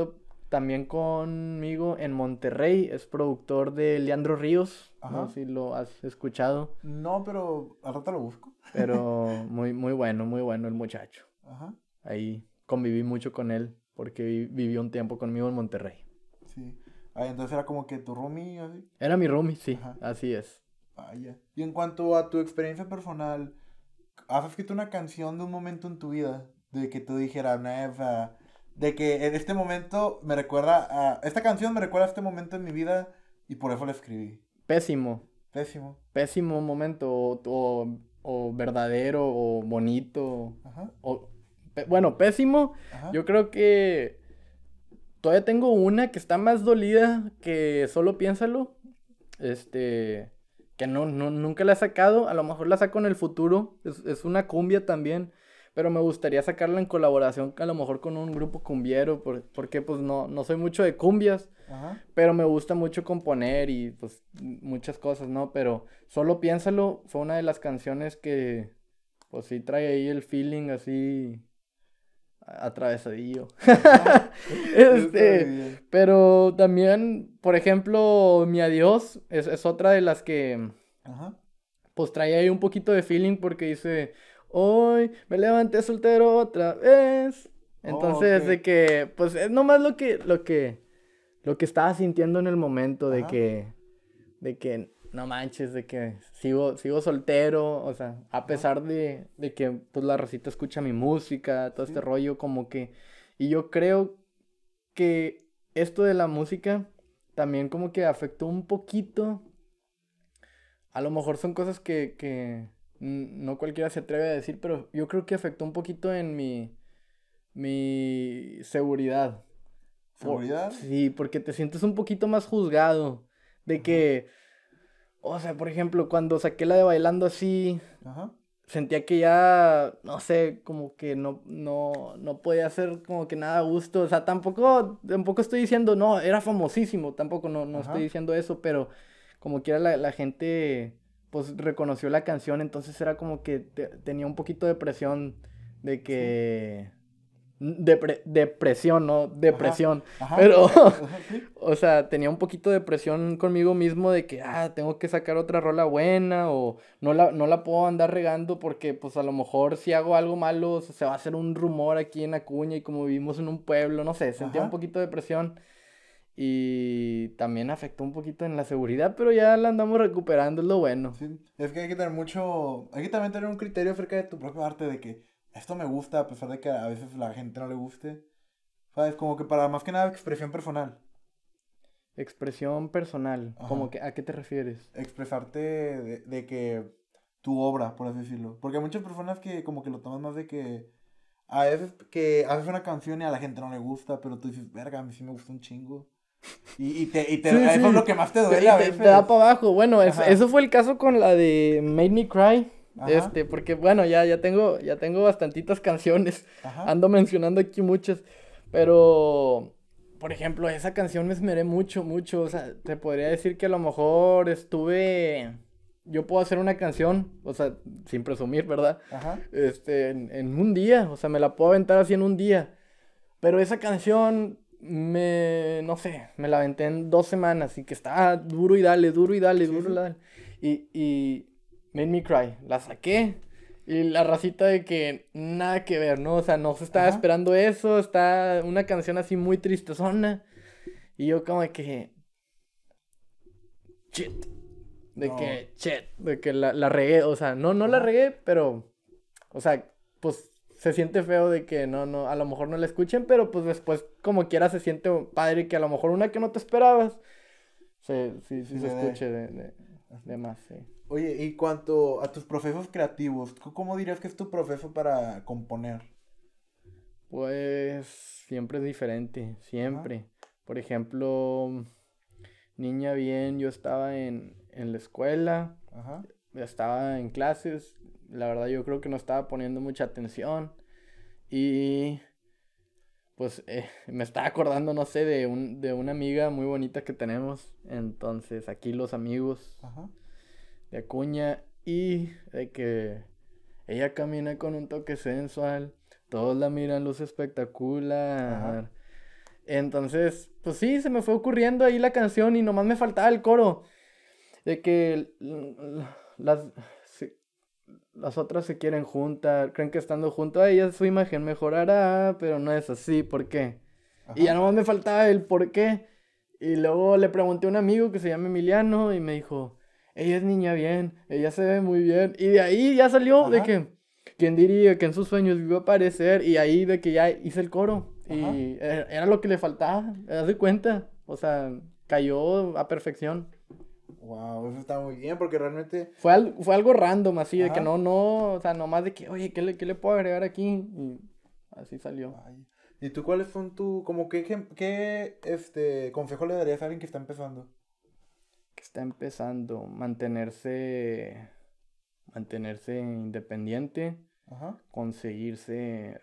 también conmigo en Monterrey, es productor de Leandro Ríos, Ajá. no sé si lo has escuchado, No, pero al rato lo busco. pero muy, muy bueno, muy bueno el muchacho. Ajá. Ahí conviví mucho con él porque vi- vivió un tiempo conmigo en Monterrey. Sí. Ah, entonces era como que tu roomie, así. Era mi roomie, sí, Ajá. así es. Vaya. Y en cuanto a tu experiencia personal, ¿has escrito una canción de un momento en tu vida? De que tú dijeras, "Nah, o sea, de que en este momento me recuerda a... Esta canción me recuerda a este momento en mi vida y por eso la escribí. Pésimo, Pésimo. pésimo momento, o, o, o verdadero, o bonito, Ajá. o, pe- bueno, pésimo, Ajá. yo creo que todavía tengo una que está más dolida que solo piénsalo, este, que no, no, nunca la he sacado, a lo mejor la saco en el futuro, es, es una cumbia también, pero me gustaría sacarla en colaboración a lo mejor con un grupo cumbiero, por- porque pues no, no soy mucho de cumbias, Ajá. pero me gusta mucho componer y pues m- muchas cosas, ¿no? Pero solo piénsalo, fue una de las canciones que pues sí trae ahí el feeling así a- atravesadillo. Ajá. Está Este, bien. pero también, por ejemplo, Mi Adiós es, es otra de las que Ajá. pues trae ahí un poquito de feeling porque dice, hoy me levanté soltero otra vez. Oh, ok. Entonces, de que, pues es nomás lo que, lo que, lo que estaba sintiendo en el momento de Ajá. que, de que, no manches, de que sigo, sigo soltero, o sea, a Ajá. pesar de, de que, pues, la racita escucha mi música, todo este Sí. rollo, como que, y yo creo que esto de la música también como que afectó un poquito, a lo mejor son cosas que, que mm, no cualquiera se atreve a decir, pero yo creo que afectó un poquito en mi, mi seguridad. Por- ¿Seguridad? sí, porque te sientes un poquito más juzgado. De Ajá. que, o sea, por ejemplo, cuando saqué la de Bailando Así, Ajá. sentía que ya, no sé, como que no, no, no podía hacer como que nada a gusto. O sea, tampoco, tampoco estoy diciendo, no, era famosísimo, tampoco no, no estoy Ajá. diciendo eso, pero como quiera la, la gente, pues reconoció la canción, entonces era como que te- tenía un poquito de presión de Sí. que... Depre- depresión, no Ajá. depresión, Ajá. pero, Ajá. Sí. o sea, tenía un poquito de presión conmigo mismo de que, ah, tengo que sacar otra rola buena o no la, no la puedo andar regando porque, pues, a lo mejor si hago algo malo se va a hacer un rumor aquí en Acuña y como vivimos en un pueblo, no sé, sentía un Ajá. poquito de presión y también afectó un poquito en la seguridad, pero ya la andamos recuperando, es lo bueno. Sí. Es que hay que tener mucho. Hay que también tener un criterio acerca de tu propio arte, de que esto me gusta, a pesar de que a veces la gente no le guste. ¿Sabes? Como que para más que nada expresión personal. Expresión personal, ¿cómo Ajá. que, a qué te refieres? Expresarte de, de que tu obra, por así decirlo. Porque hay muchas personas que como que lo toman más de que a veces que haces una canción y a la gente no le gusta, pero tú dices, verga, a mí sí me gusta un chingo. Y, y te, y te, Sí, eso es sí. lo que más te Te, duele y a te, te da veces. para abajo. Bueno, es- Ajá, eso fue el caso con la de Made Me Cry. ajá, Este, porque bueno, ya, ya tengo, ya tengo bastantitas canciones. ajá, Ando mencionando aquí muchas. Pero, por ejemplo, esa canción me esmeré mucho, mucho. O sea, te podría decir que a lo mejor estuve. Yo puedo hacer una canción, o sea, sin presumir, ¿verdad? ajá, Este, en, en un día. O sea, me la puedo aventar así en un día. Pero esa canción me, no sé, me la aventé en dos semanas y que estaba duro y dale, duro y dale, sí, duro y sí, dale. Y, y Made Me Cry, la saqué y la racita de que nada que ver, ¿no? O sea, no se estaba ajá, esperando eso, está una canción así muy tristezona y yo como de que, shit, de no, que, shit, de que la, la regué, o sea, no, no la ajá, regué, pero, o sea, pues se siente feo de que no, no, a lo mejor no la escuchen, pero pues después como quiera se siente padre que a lo mejor una que no te esperabas, se, sí, sí sí se se dé. escuche de, de, de más, sí. Oye, y cuanto a tus procesos creativos, ¿tú ¿cómo dirías que es tu proceso para componer? Pues siempre es diferente, Ajá, siempre. Por ejemplo, Niña Bien, yo estaba en, en la escuela, ajá, estaba en clases, la verdad yo creo que no estaba poniendo mucha atención y pues eh, me estaba acordando, no sé, de, un, de una amiga muy bonita que tenemos, entonces aquí los amigos ajá, de Acuña y de que ella camina con un toque sensual, todos la miran luz ajá, espectacular. Entonces, pues sí, se me fue ocurriendo ahí la canción y nomás me faltaba el coro. De que l- las, se- las otras se quieren juntar, creen que estando junto a ellas su imagen mejorará, pero no es así, ¿por qué? Y ya Ajá. nomás me faltaba el por qué. Y luego le pregunté a un amigo que se llama Emiliano y me dijo, ella es niña bien, ella se ve muy bien. Y de ahí ya salió de Ajá. que, ¿quién diría que en sus sueños iba a aparecer? Y ahí de que ya hice el coro. Ajá. Y era era lo que le faltaba, ¿te das de cuenta? O sea, cayó a perfección. Wow, eso está muy bien porque realmente. Fue, al- fue algo random, así, de que Ajá. no, no, o sea, nomás de que, oye, ¿qué le, qué le puedo agregar aquí? Y así salió. Ay. ¿Y tú cuáles son tu, como qué, ejem- qué, este, consejo le darías a alguien que está empezando? Que está empezando, mantenerse, mantenerse independiente, Ajá. conseguirse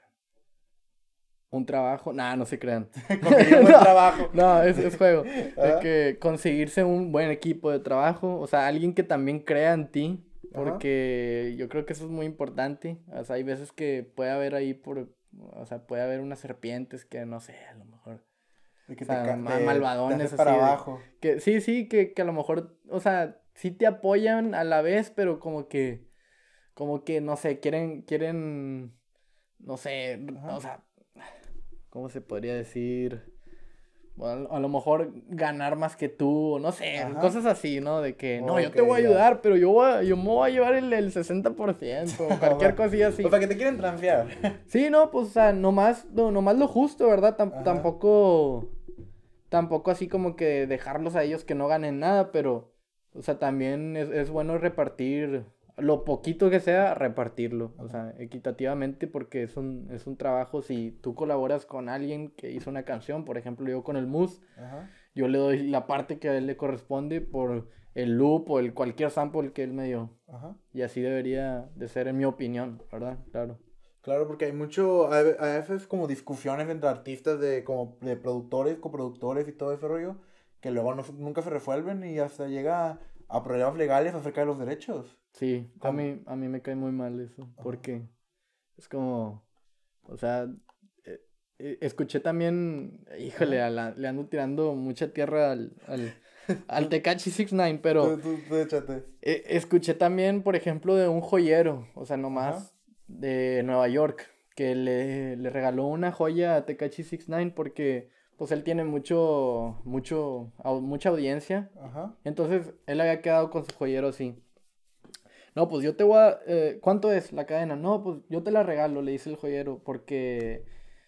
un trabajo, nada, no se crean. Conseguir un buen No, trabajo. no, es, es juego. De Ajá. que conseguirse un buen equipo de trabajo, o sea, alguien que también crea en ti, Ajá. porque yo creo que eso es muy importante. O sea, hay veces que puede haber ahí por, o sea, puede haber unas serpientes que no sé, a lo mejor, De o que te, sea, ca- ma- te, te malvadones haces así para de abajo. que sí, sí, que, que a lo mejor, o sea, sí te apoyan a la vez, pero como que, como que, no sé, quieren, quieren, no sé, Ajá. o sea, ¿cómo se podría decir? Bueno, a lo mejor ganar más que tú, o no sé, Ajá. cosas así, ¿no? De que, no, yo Ok, te voy a ya. ayudar, pero yo, voy a- yo me voy a llevar el, el sesenta por ciento, o O cualquier sea, cosilla o así. sea, que te quieren transear. Sí, no, pues, o sea, nomás, no, nomás lo justo, ¿verdad? Tam- Ajá. tampoco, tampoco así como que dejarlos a ellos que no ganen nada, pero, o sea, también es, es bueno repartir, lo poquito que sea, repartirlo, o Ajá. sea, equitativamente, porque es un, es un trabajo, si tú colaboras con alguien que hizo una canción, por ejemplo, yo con el Mus, Ajá. yo le doy la parte que a él le corresponde por el loop o el cualquier sample que él me dio. Ajá. Y así debería de ser en mi opinión, ¿verdad? Claro. Claro, porque hay mucho, a ve- a veces como discusiones entre artistas de como de productores, coproductores y todo ese rollo, que luego no, nunca se resuelven y hasta llega a problemas legales acerca de los derechos. Sí, a Como, mí, a mí me cae muy mal eso, ajá. porque es como, o sea, eh, eh, escuché también, híjole, Ajá. a la- le ando tirando mucha tierra al, al, al Tú, Tekashi six nine, pero tú, tú, tú échate. eh, escuché también, por ejemplo, de un joyero, o sea, Ajá. nomás de Nueva York, que le, le regaló una joya a Tekashi six nine porque, pues, él tiene mucho, mucho, au- mucha audiencia. Ajá. Entonces, él había quedado con su joyero así. No, pues yo te voy a... eh, ¿cuánto es la cadena? No, pues yo te la regalo, le dice el joyero, porque,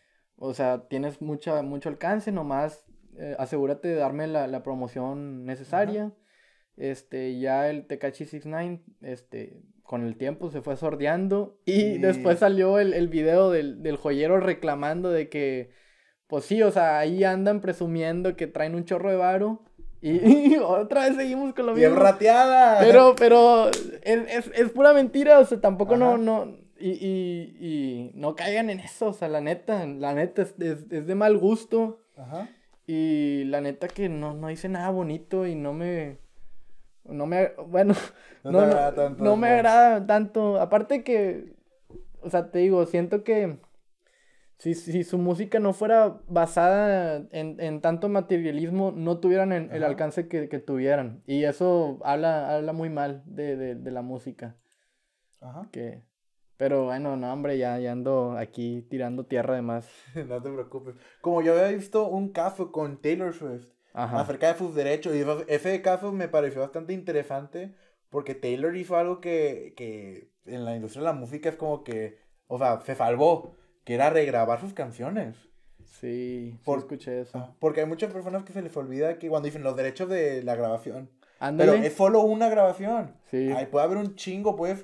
o sea, tienes mucha, mucho alcance, nomás eh, asegúrate de darme la, la promoción Ajá. necesaria. Este, ya el Tekashi six nine, este, con el tiempo se fue sordeando y después Y, salió el, el video del, del joyero reclamando de que, pues sí, o sea, ahí andan presumiendo que traen un chorro de varo ajá. y, y otra vez seguimos con lo Bien mismo. rateada. Pero, pero, es, es, es pura mentira, o sea, tampoco no, Ajá. no, y, y, y no caigan en eso, o sea, la neta, la neta es, es, es de mal gusto Ajá. y la neta que no, no hice nada bonito y no me, no me, bueno, No te no, no, agrada tanto no me eso. agrada tanto, aparte que, o sea, te digo, siento que si, si su música no fuera basada en, en tanto materialismo, no tuvieran el, el Ajá. alcance que, que tuvieran. Y eso habla, habla muy mal de, de, de la música. Ajá. Que... Pero bueno, no, hombre, ya, ya ando aquí tirando tierra de más. No te preocupes. Como yo había visto un caso con Taylor Swift Ajá. acerca de sus derechos, y eso- ese caso me pareció bastante interesante porque Taylor hizo algo que, que en la industria de la música es como que, o sea, se salvó, que era regrabar sus canciones. Sí, sí Por, escuché eso. ah, porque hay muchas personas que se les olvida que cuando dicen los derechos de la grabación, pero Ándale. es solo una grabación. Sí, Ahí puede haber un chingo, pues,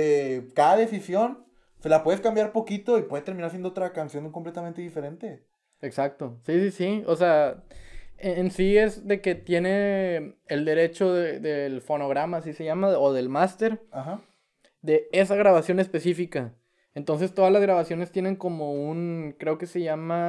de cada decisión, se la puedes cambiar poquito y puede terminar siendo otra canción completamente diferente. exacto. Sí, sí, sí. O sea, en, en sí es de que tiene el derecho de- del fonograma, así se llama, o del máster, Ajá, de esa grabación específica. Entonces todas las grabaciones tienen como un, creo que se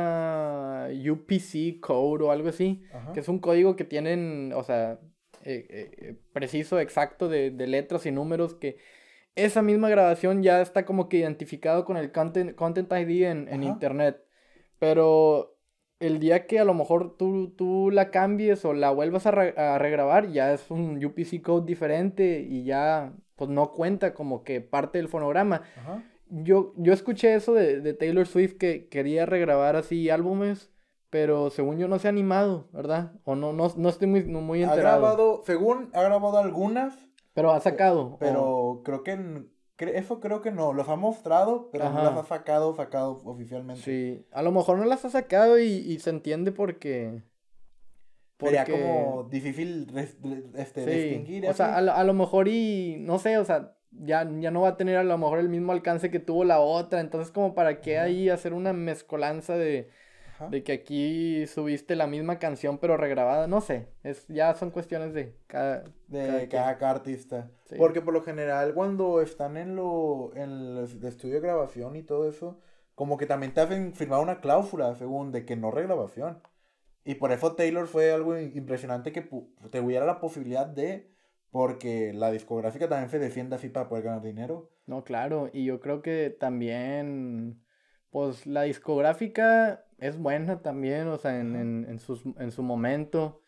llama U P C code o algo así, que ajá, es un código que tienen, o sea, eh, eh, eh, preciso, exacto de, de letras y números que esa misma grabación ya está como que identificado con el Content, content I D en, en ajá. internet. Pero el día que a lo mejor tú, tú la cambies o la vuelvas a, re- a regrabar, ya es un U P C code diferente y ya pues no cuenta como que parte del fonograma. Ajá. Yo, yo escuché eso de, de Taylor Swift que quería regrabar así álbumes, pero según yo no se ha animado, ¿verdad? O no, no, no estoy muy, no muy Ha enterado. grabado, según ha grabado algunas, Pero ha pe- sacado, o... pero creo que, n- cre- eso creo que no, los ha mostrado, pero no las ha Ajá, sacado, sacado oficialmente. sí. A lo mejor no las ha sacado y, y se entiende porque... Sería Porque como difícil res- re- este, sí, distinguir y o sea, así. a lo, a lo mejor y no sé, o sea, ya, ya no va a tener a lo mejor el mismo alcance que tuvo la otra, entonces como para qué Ajá, ahí hacer una mezcolanza de, ajá. de que aquí subiste la misma canción pero regrabada, no sé, es, ya son cuestiones de cada, cada De quien, cada, cada artista. sí, Porque por lo general cuando están en lo en el estudio de grabación y todo eso, como que también te hacen firmar una cláusula, según, de que no regrabación. Y por eso Taylor fue algo i- impresionante que pu- te hubiera la posibilidad de, porque la discográfica también se defiende así para poder ganar dinero. no, claro, y yo creo que también, pues la discográfica es buena también, o sea, en, Ajá. en, en sus, en su momento.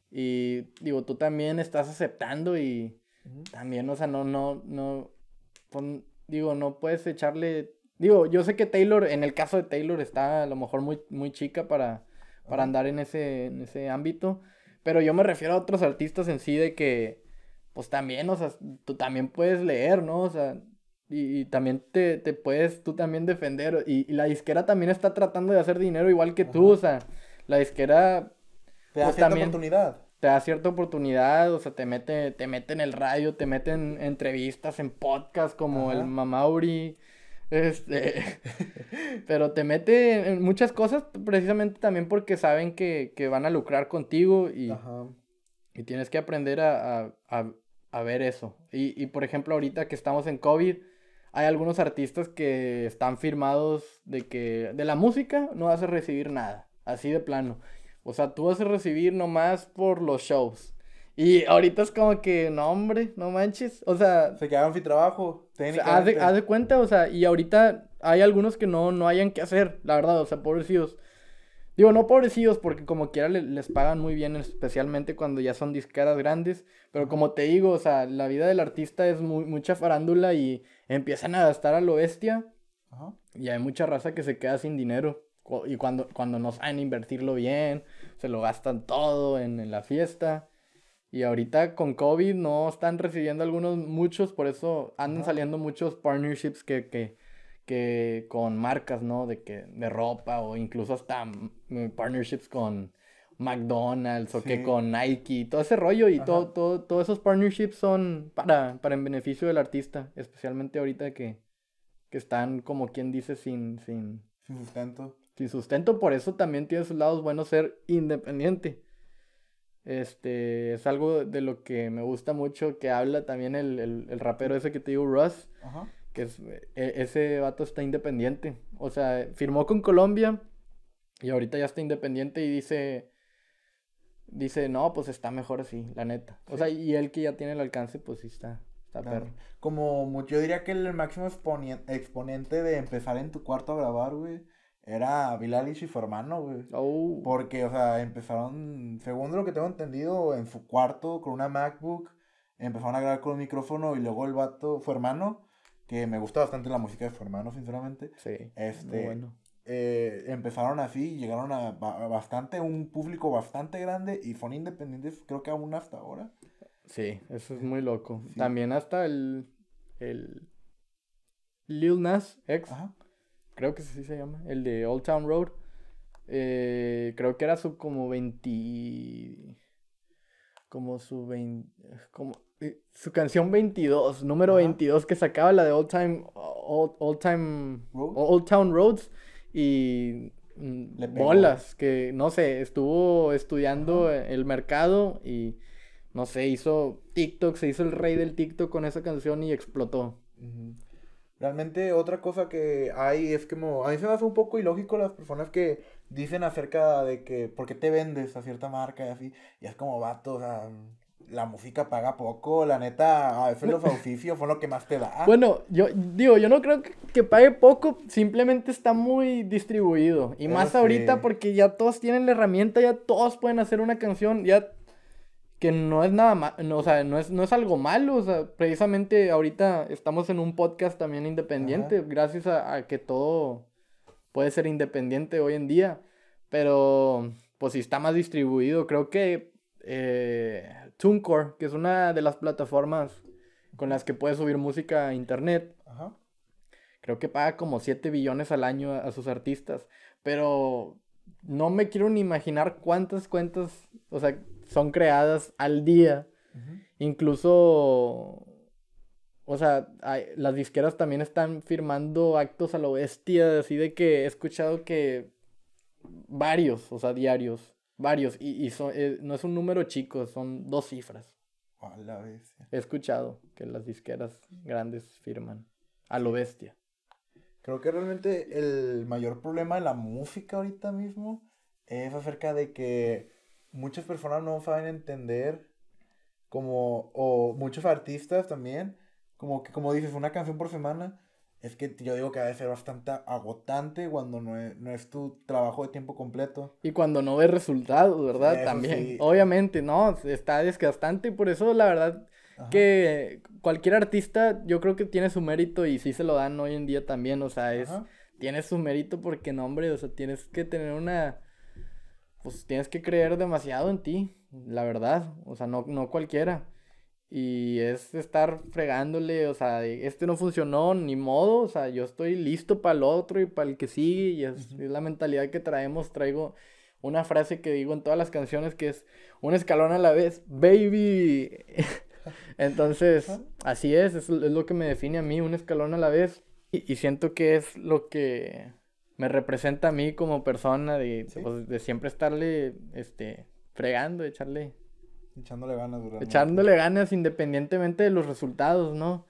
Y digo, tú también estás aceptando y Ujú. también, o sea, no, no, no, pon- digo, no puedes echarle, digo, yo sé que Taylor, en el caso de Taylor, está a lo mejor muy, muy chica para, para Ajá. andar en ese, en ese ámbito, pero yo me refiero a otros artistas en sí de que, pues también, o sea, tú también puedes leer, ¿no? O sea, y, y también te, te puedes tú también defender, y, y la disquera también está tratando de hacer dinero igual que tú, o Ajá. sea, la disquera, Te da pues cierta también oportunidad. te da cierta oportunidad, o sea, te mete, te mete en el radio, te mete en entrevistas, en podcast como el Ajá. Mamauri, este, pero te mete en muchas cosas precisamente también porque saben que, que van a lucrar contigo y, Ajá. y tienes que aprender a, a, a- a ver eso. Y, y por ejemplo, ahorita que estamos en COVID, hay algunos artistas que están firmados de que de la música no vas a recibir nada, así de plano. O sea, tú vas a recibir nomás por los shows. Y ahorita es como que, no, hombre, no manches. O sea, Se quedaron sin trabajo, o sea, haz de, haz técnicamente. de cuenta, o sea, y ahorita hay algunos que no, no hayan que hacer, la verdad, o sea, pobrecitos. Digo, no pobrecillos, porque como quiera le- les pagan muy bien, especialmente cuando ya son disqueras grandes. Pero Ajá. como te digo, o sea, la vida del artista es muy, mucha farándula y empiezan a gastar a lo bestia. Ajá. Y hay mucha raza que se queda sin dinero. Cu- Y cuando, cuando no saben invertirlo bien, se lo gastan todo en, en la fiesta. Y ahorita con COVID no están recibiendo algunos, muchos, por eso andan Ajá. saliendo muchos partnerships que, que, que con marcas, ¿no? De que, de ropa o incluso hasta mm, partnerships con McDonald's o que Sí. con Nike, y todo ese rollo y todo, Ajá. todo, todos esos partnerships son para, para en beneficio del artista, especialmente ahorita que, que están como quien dice sin, sin, Sin sustento. sin sustento, por eso también tiene sus lados buenos ser independiente. Este, es algo de lo que me gusta mucho que habla también el, el, el rapero ese que te digo, Russ, Ajá. que es, e- ese vato está independiente. O sea, firmó con Colombia y ahorita ya está independiente y dice, dice, no, pues está mejor así, la neta. O sea, Sí. y él que ya tiene el alcance, pues sí está, está Claro. perro. Como mu- yo diría que el máximo exponien- exponente de empezar en tu cuarto a grabar, güey, era Billie Eilish y su hermano, güey. Oh, Porque, o sea, empezaron, según lo que tengo entendido, en su cuarto con una MacBook, empezaron a grabar con un micrófono y luego el vato, su hermano, que me gusta bastante la música de su hermano, sinceramente, sí, muy este, bueno. eh, empezaron así y llegaron a ba- bastante, un público bastante grande y son independientes, creo que aún hasta ahora. Sí, eso es muy loco. Sí. También hasta el, el Lil Nas X, Ajá. creo que sí se llama, el de Old Town Road. Eh, creo que era su como veinte. Como su veinte. Como, eh, su canción veintidós, número Ajá. veintidós que sacaba la de Old Time. Old, Old Time. Road. Old Town Roads. Y. mm, Le pegó. bolas. Que no sé, estuvo estudiando Ajá. el mercado y. No sé, hizo TikTok, se hizo el rey del TikTok con esa canción y explotó. Ujú. Realmente otra cosa que hay es como, a mí se me hace un poco ilógico las personas que dicen acerca de que, ¿por qué te vendes a cierta marca y así? Y es como, vato, o sea, la música paga poco, la neta, a veces los oficios fue lo que más te da. Bueno, yo digo, yo no creo que, que pague poco, simplemente está muy distribuido. Y Eso más sí. ahorita porque ya todos tienen la herramienta, ya todos pueden hacer una canción, ya que no es nada malo, no, o sea, no es, no es algo malo, o sea, precisamente ahorita estamos en un podcast también independiente, Ajá. gracias a, a que todo puede ser independiente hoy en día, pero pues si está más distribuido, creo que eh, TuneCore, que es una de las plataformas con las que puedes subir música a internet, Ajá. creo que paga como siete billones al año a, a sus artistas, pero no me quiero ni imaginar cuántas cuentas, o sea, son creadas al día. Ujú. Incluso, o sea, hay- las disqueras también están firmando actos a lo bestia, así de que he escuchado que varios, o sea, diarios, varios, y, y son- eh, no es un número chico, son dos cifras. A la bestia. He escuchado que las disqueras grandes firman a lo Sí. bestia. Creo que realmente el mayor problema de la música ahorita mismo es acerca de que muchas personas no saben entender como, o muchos artistas también, como que como dices, una canción por semana, es que yo digo que debe ser bastante agotante cuando no es, no es tu trabajo de tiempo completo. Y cuando no ves resultados, ¿verdad? Eso También. sí. Obviamente, no, está desgastante y por eso la verdad Ajá, que cualquier artista yo creo que tiene su mérito y sí se lo dan hoy en día también, o sea, es, ajá. tiene su mérito porque no, hombre, o sea, tienes que tener una, pues tienes que creer demasiado en ti, la verdad, o sea, no, no cualquiera. Y es estar fregándole, o sea, de, este no funcionó, ni modo, o sea, yo estoy listo para el otro y para el que sigue, y es, Ujú. es la mentalidad que traemos. Traigo una frase que digo en todas las canciones que es un escalón a la vez, baby. Entonces, Ajá. así es, es, es lo que me define a mí, un escalón a la vez. Y, y siento que es lo que me representa a mí como persona, de, Sí, pues, de siempre estarle, este, fregando, echarle echándole ganas realmente. echándole ganas independientemente de los resultados, ¿no?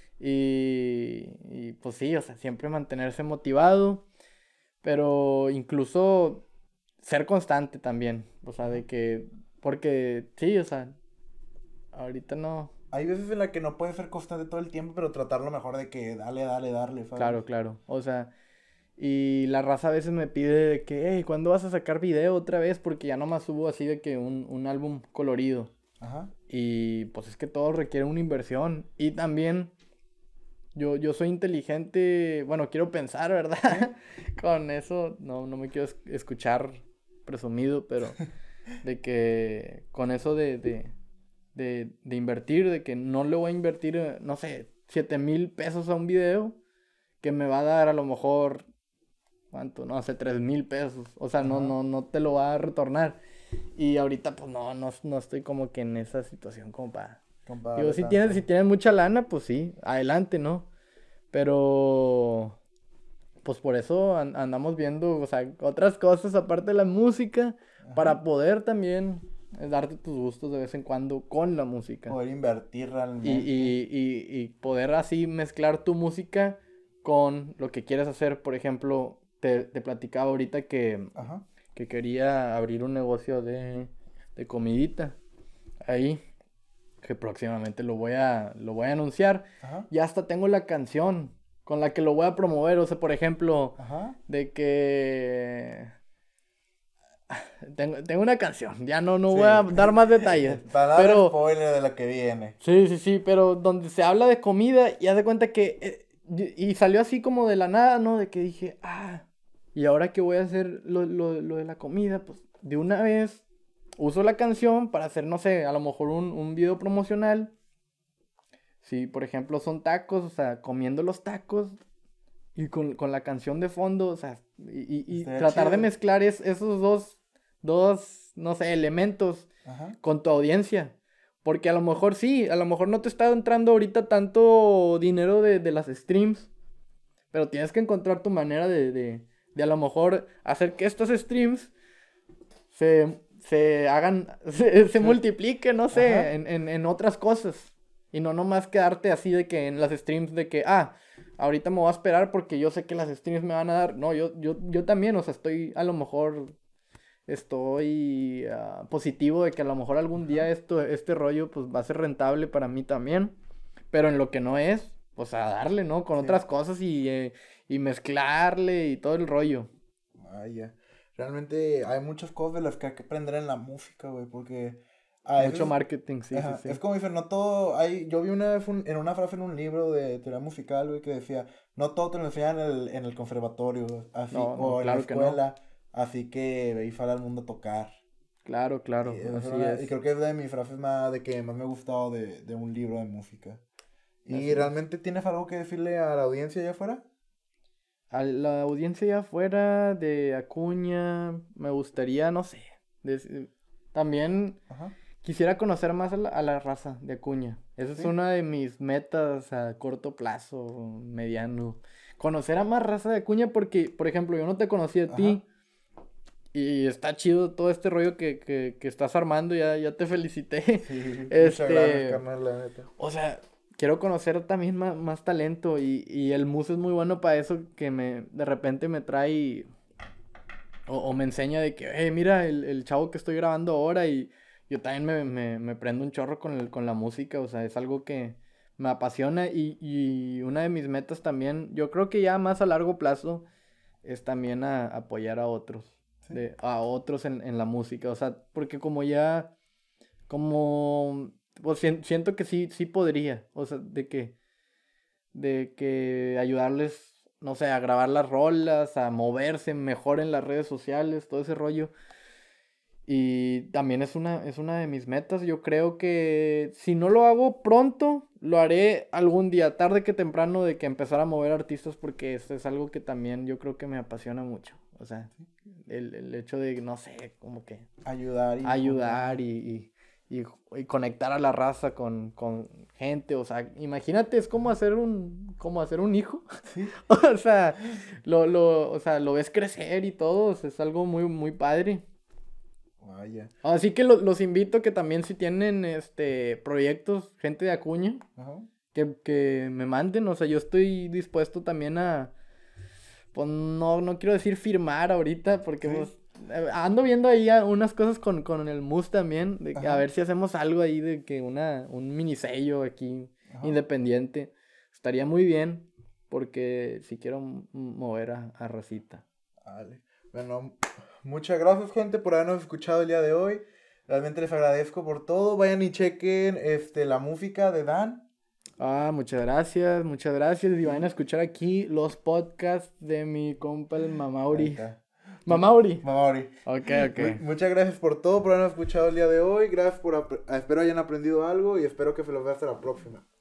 Y, y pues sí, o sea, siempre mantenerse motivado, pero incluso ser constante también, o sea, Ajá. de que, porque sí, o sea, ahorita no, Hay veces en la que no puedes ser constante todo el tiempo, pero tratar lo mejor de que dale, dale, darle, ¿sabes? claro, claro, o sea, y la raza a veces me pide de que, hey, ¿cuándo vas a sacar video otra vez? Porque ya nomás subo así de que un, un álbum colorido. Ajá. Y pues es que todo requiere una inversión. Y también Yo, yo soy inteligente, bueno, quiero pensar, Sí. ¿verdad? Con eso, no, no me quiero es- escuchar presumido, pero de que con eso de, de, de, de invertir, de que no le voy a invertir, eh, no sé, siete mil pesos a un video, que me va a dar a lo mejor, ¿cuánto? No sé, tres mil pesos. O sea, no, Ajá. no, no te lo va a retornar. Y ahorita, pues no, no, no estoy como que en esa situación como para... Digo, Compadre, si tienes, si tanto. tienes mucha lana, pues sí, adelante, ¿no? Pero, pues por eso an- andamos viendo, o sea, otras cosas aparte de la música, Ajá. para poder también eh, darte tus gustos de vez en cuando con la música. Poder invertir Y, realmente. y, y, y poder así mezclar tu música con lo que quieres hacer. Por ejemplo, te, te platicaba ahorita que, Ajá. que quería abrir un negocio de, de comidita ahí, que próximamente lo voy a, lo voy a anunciar. Ajá. Ya hasta tengo la canción con la que lo voy a promover. O sea, por ejemplo, Ajá. de que... Tengo, tengo una canción, ya no, no Sí. voy a dar más detalles. Para dar Pero, spoiler de lo que viene. sí, sí, sí, pero donde se habla de comida y haz de cuenta que... eh, y y salió así como de la nada, ¿no? De que dije, ah, ¿y ahora qué voy a hacer lo, lo, lo de la comida? Pues de una vez uso la canción para hacer, no sé, a lo mejor un, un video promocional. Si, por ejemplo, son tacos, o sea, comiendo los tacos y con, con la canción de fondo, o sea, y, y- y Estaría tratar de chido. mezclar es- esos dos, dos, no sé, elementos Ajá. con tu audiencia. Porque a lo mejor sí, a lo mejor no te está entrando ahorita tanto dinero de, de las streams, pero tienes que encontrar tu manera de, de, de a lo mejor hacer que estos streams se, se hagan, se, se Sí. multipliquen, no sé, Ajá. en, en, en otras cosas. Y no nomás quedarte así de que en las streams de que, ah, ahorita me voy a esperar porque yo sé que las streams me van a dar. No, yo, yo, yo también, o sea, estoy a lo mejor estoy uh, positivo de que a lo mejor algún día esto, este rollo pues va a ser rentable para mí también, pero en lo que no es, pues a darle, ¿no? Con sí. otras cosas y, eh, y mezclarle y todo el rollo. Vaya, realmente hay muchas cosas de las que hay que aprender en la música, güey, porque... Mucho veces, marketing, sí, ajá, sí, sí. Es como dicen, no todo, hay, yo vi una vez un, en una frase en un libro de teoría musical, güey, que decía, no todo te lo enseñan en el, en el conservatorio, así, no, no, o claro en la escuela, que no. Así que ve y sale al mundo a tocar. Claro, claro, y, así una, es. Y creo que es de mis frases más, de que más me ha gustado de, de un libro de música. ¿Y así realmente es. tienes algo que decirle a la audiencia allá afuera? A la audiencia allá afuera de Acuña, me gustaría, no sé, de, también... Ajá. Quisiera conocer más a la, a la raza de Acuña. Esa ¿sí? Es una de mis metas a corto plazo, mediano. Conocer a más raza de Acuña porque, por ejemplo, yo no te conocí a Ajá. ti. Y está chido todo este rollo que, que, que estás armando. Ya, ya te felicité. Sí, este, muchas gracias, carnal, la neta. O sea, quiero conocer también más, más talento. Y, y el Mus es muy bueno para eso, que me de repente me trae... O, o me enseña de que, hey, mira, el, el chavo que estoy grabando ahora y... Yo también me, me, me prendo un chorro con, el, con la música, o sea, es algo que me apasiona y, y una de mis metas también, yo creo que ya más a largo plazo, es también a, a apoyar a otros, ¿sí? de, a otros en, en la música, o sea, porque como ya, como, pues siento que sí, sí podría, o sea, de que, de que ayudarles, no sé, a grabar las rolas, a moverse mejor en las redes sociales, todo ese rollo. Y también es una, es una de mis metas. Yo creo que si no lo hago pronto, lo haré algún día, tarde que temprano, de que empezar a mover artistas, porque esto es algo que también yo creo que me apasiona mucho. O sea, el, el hecho de, no sé, como que... Ayudar y... Ayudar y, y, y, y conectar a la raza con, con gente. O sea, imagínate, es como hacer un, como hacer un hijo. ¿Sí? o, sea, lo, lo, o sea, lo ves crecer y todo. O sea, es algo muy, muy padre. Vaya. Así que lo, los invito que también si tienen este proyectos, gente de Acuña, Ajá. que, que me manden, o sea, yo estoy dispuesto también a, pues no, no quiero decir firmar ahorita, porque ¿sí? pues ando viendo ahí unas cosas con, con el Mus también, de que a ver si hacemos algo ahí de que una, un mini sello aquí, Ajá. independiente, estaría muy bien, porque si quiero mover a, a racita. Vale, bueno... Muchas gracias, gente, por habernos escuchado el día de hoy. Realmente les agradezco por todo. Vayan y chequen este, la música de Dan. Ah, muchas gracias, muchas gracias. Y vayan a escuchar aquí los podcasts de mi compa el Mamauri. Mamauri. Mamauri. Ok, ok. Muchas gracias por todo, por habernos escuchado el día de hoy. Gracias por... Ap- espero hayan aprendido algo y espero que se los vea hasta la próxima.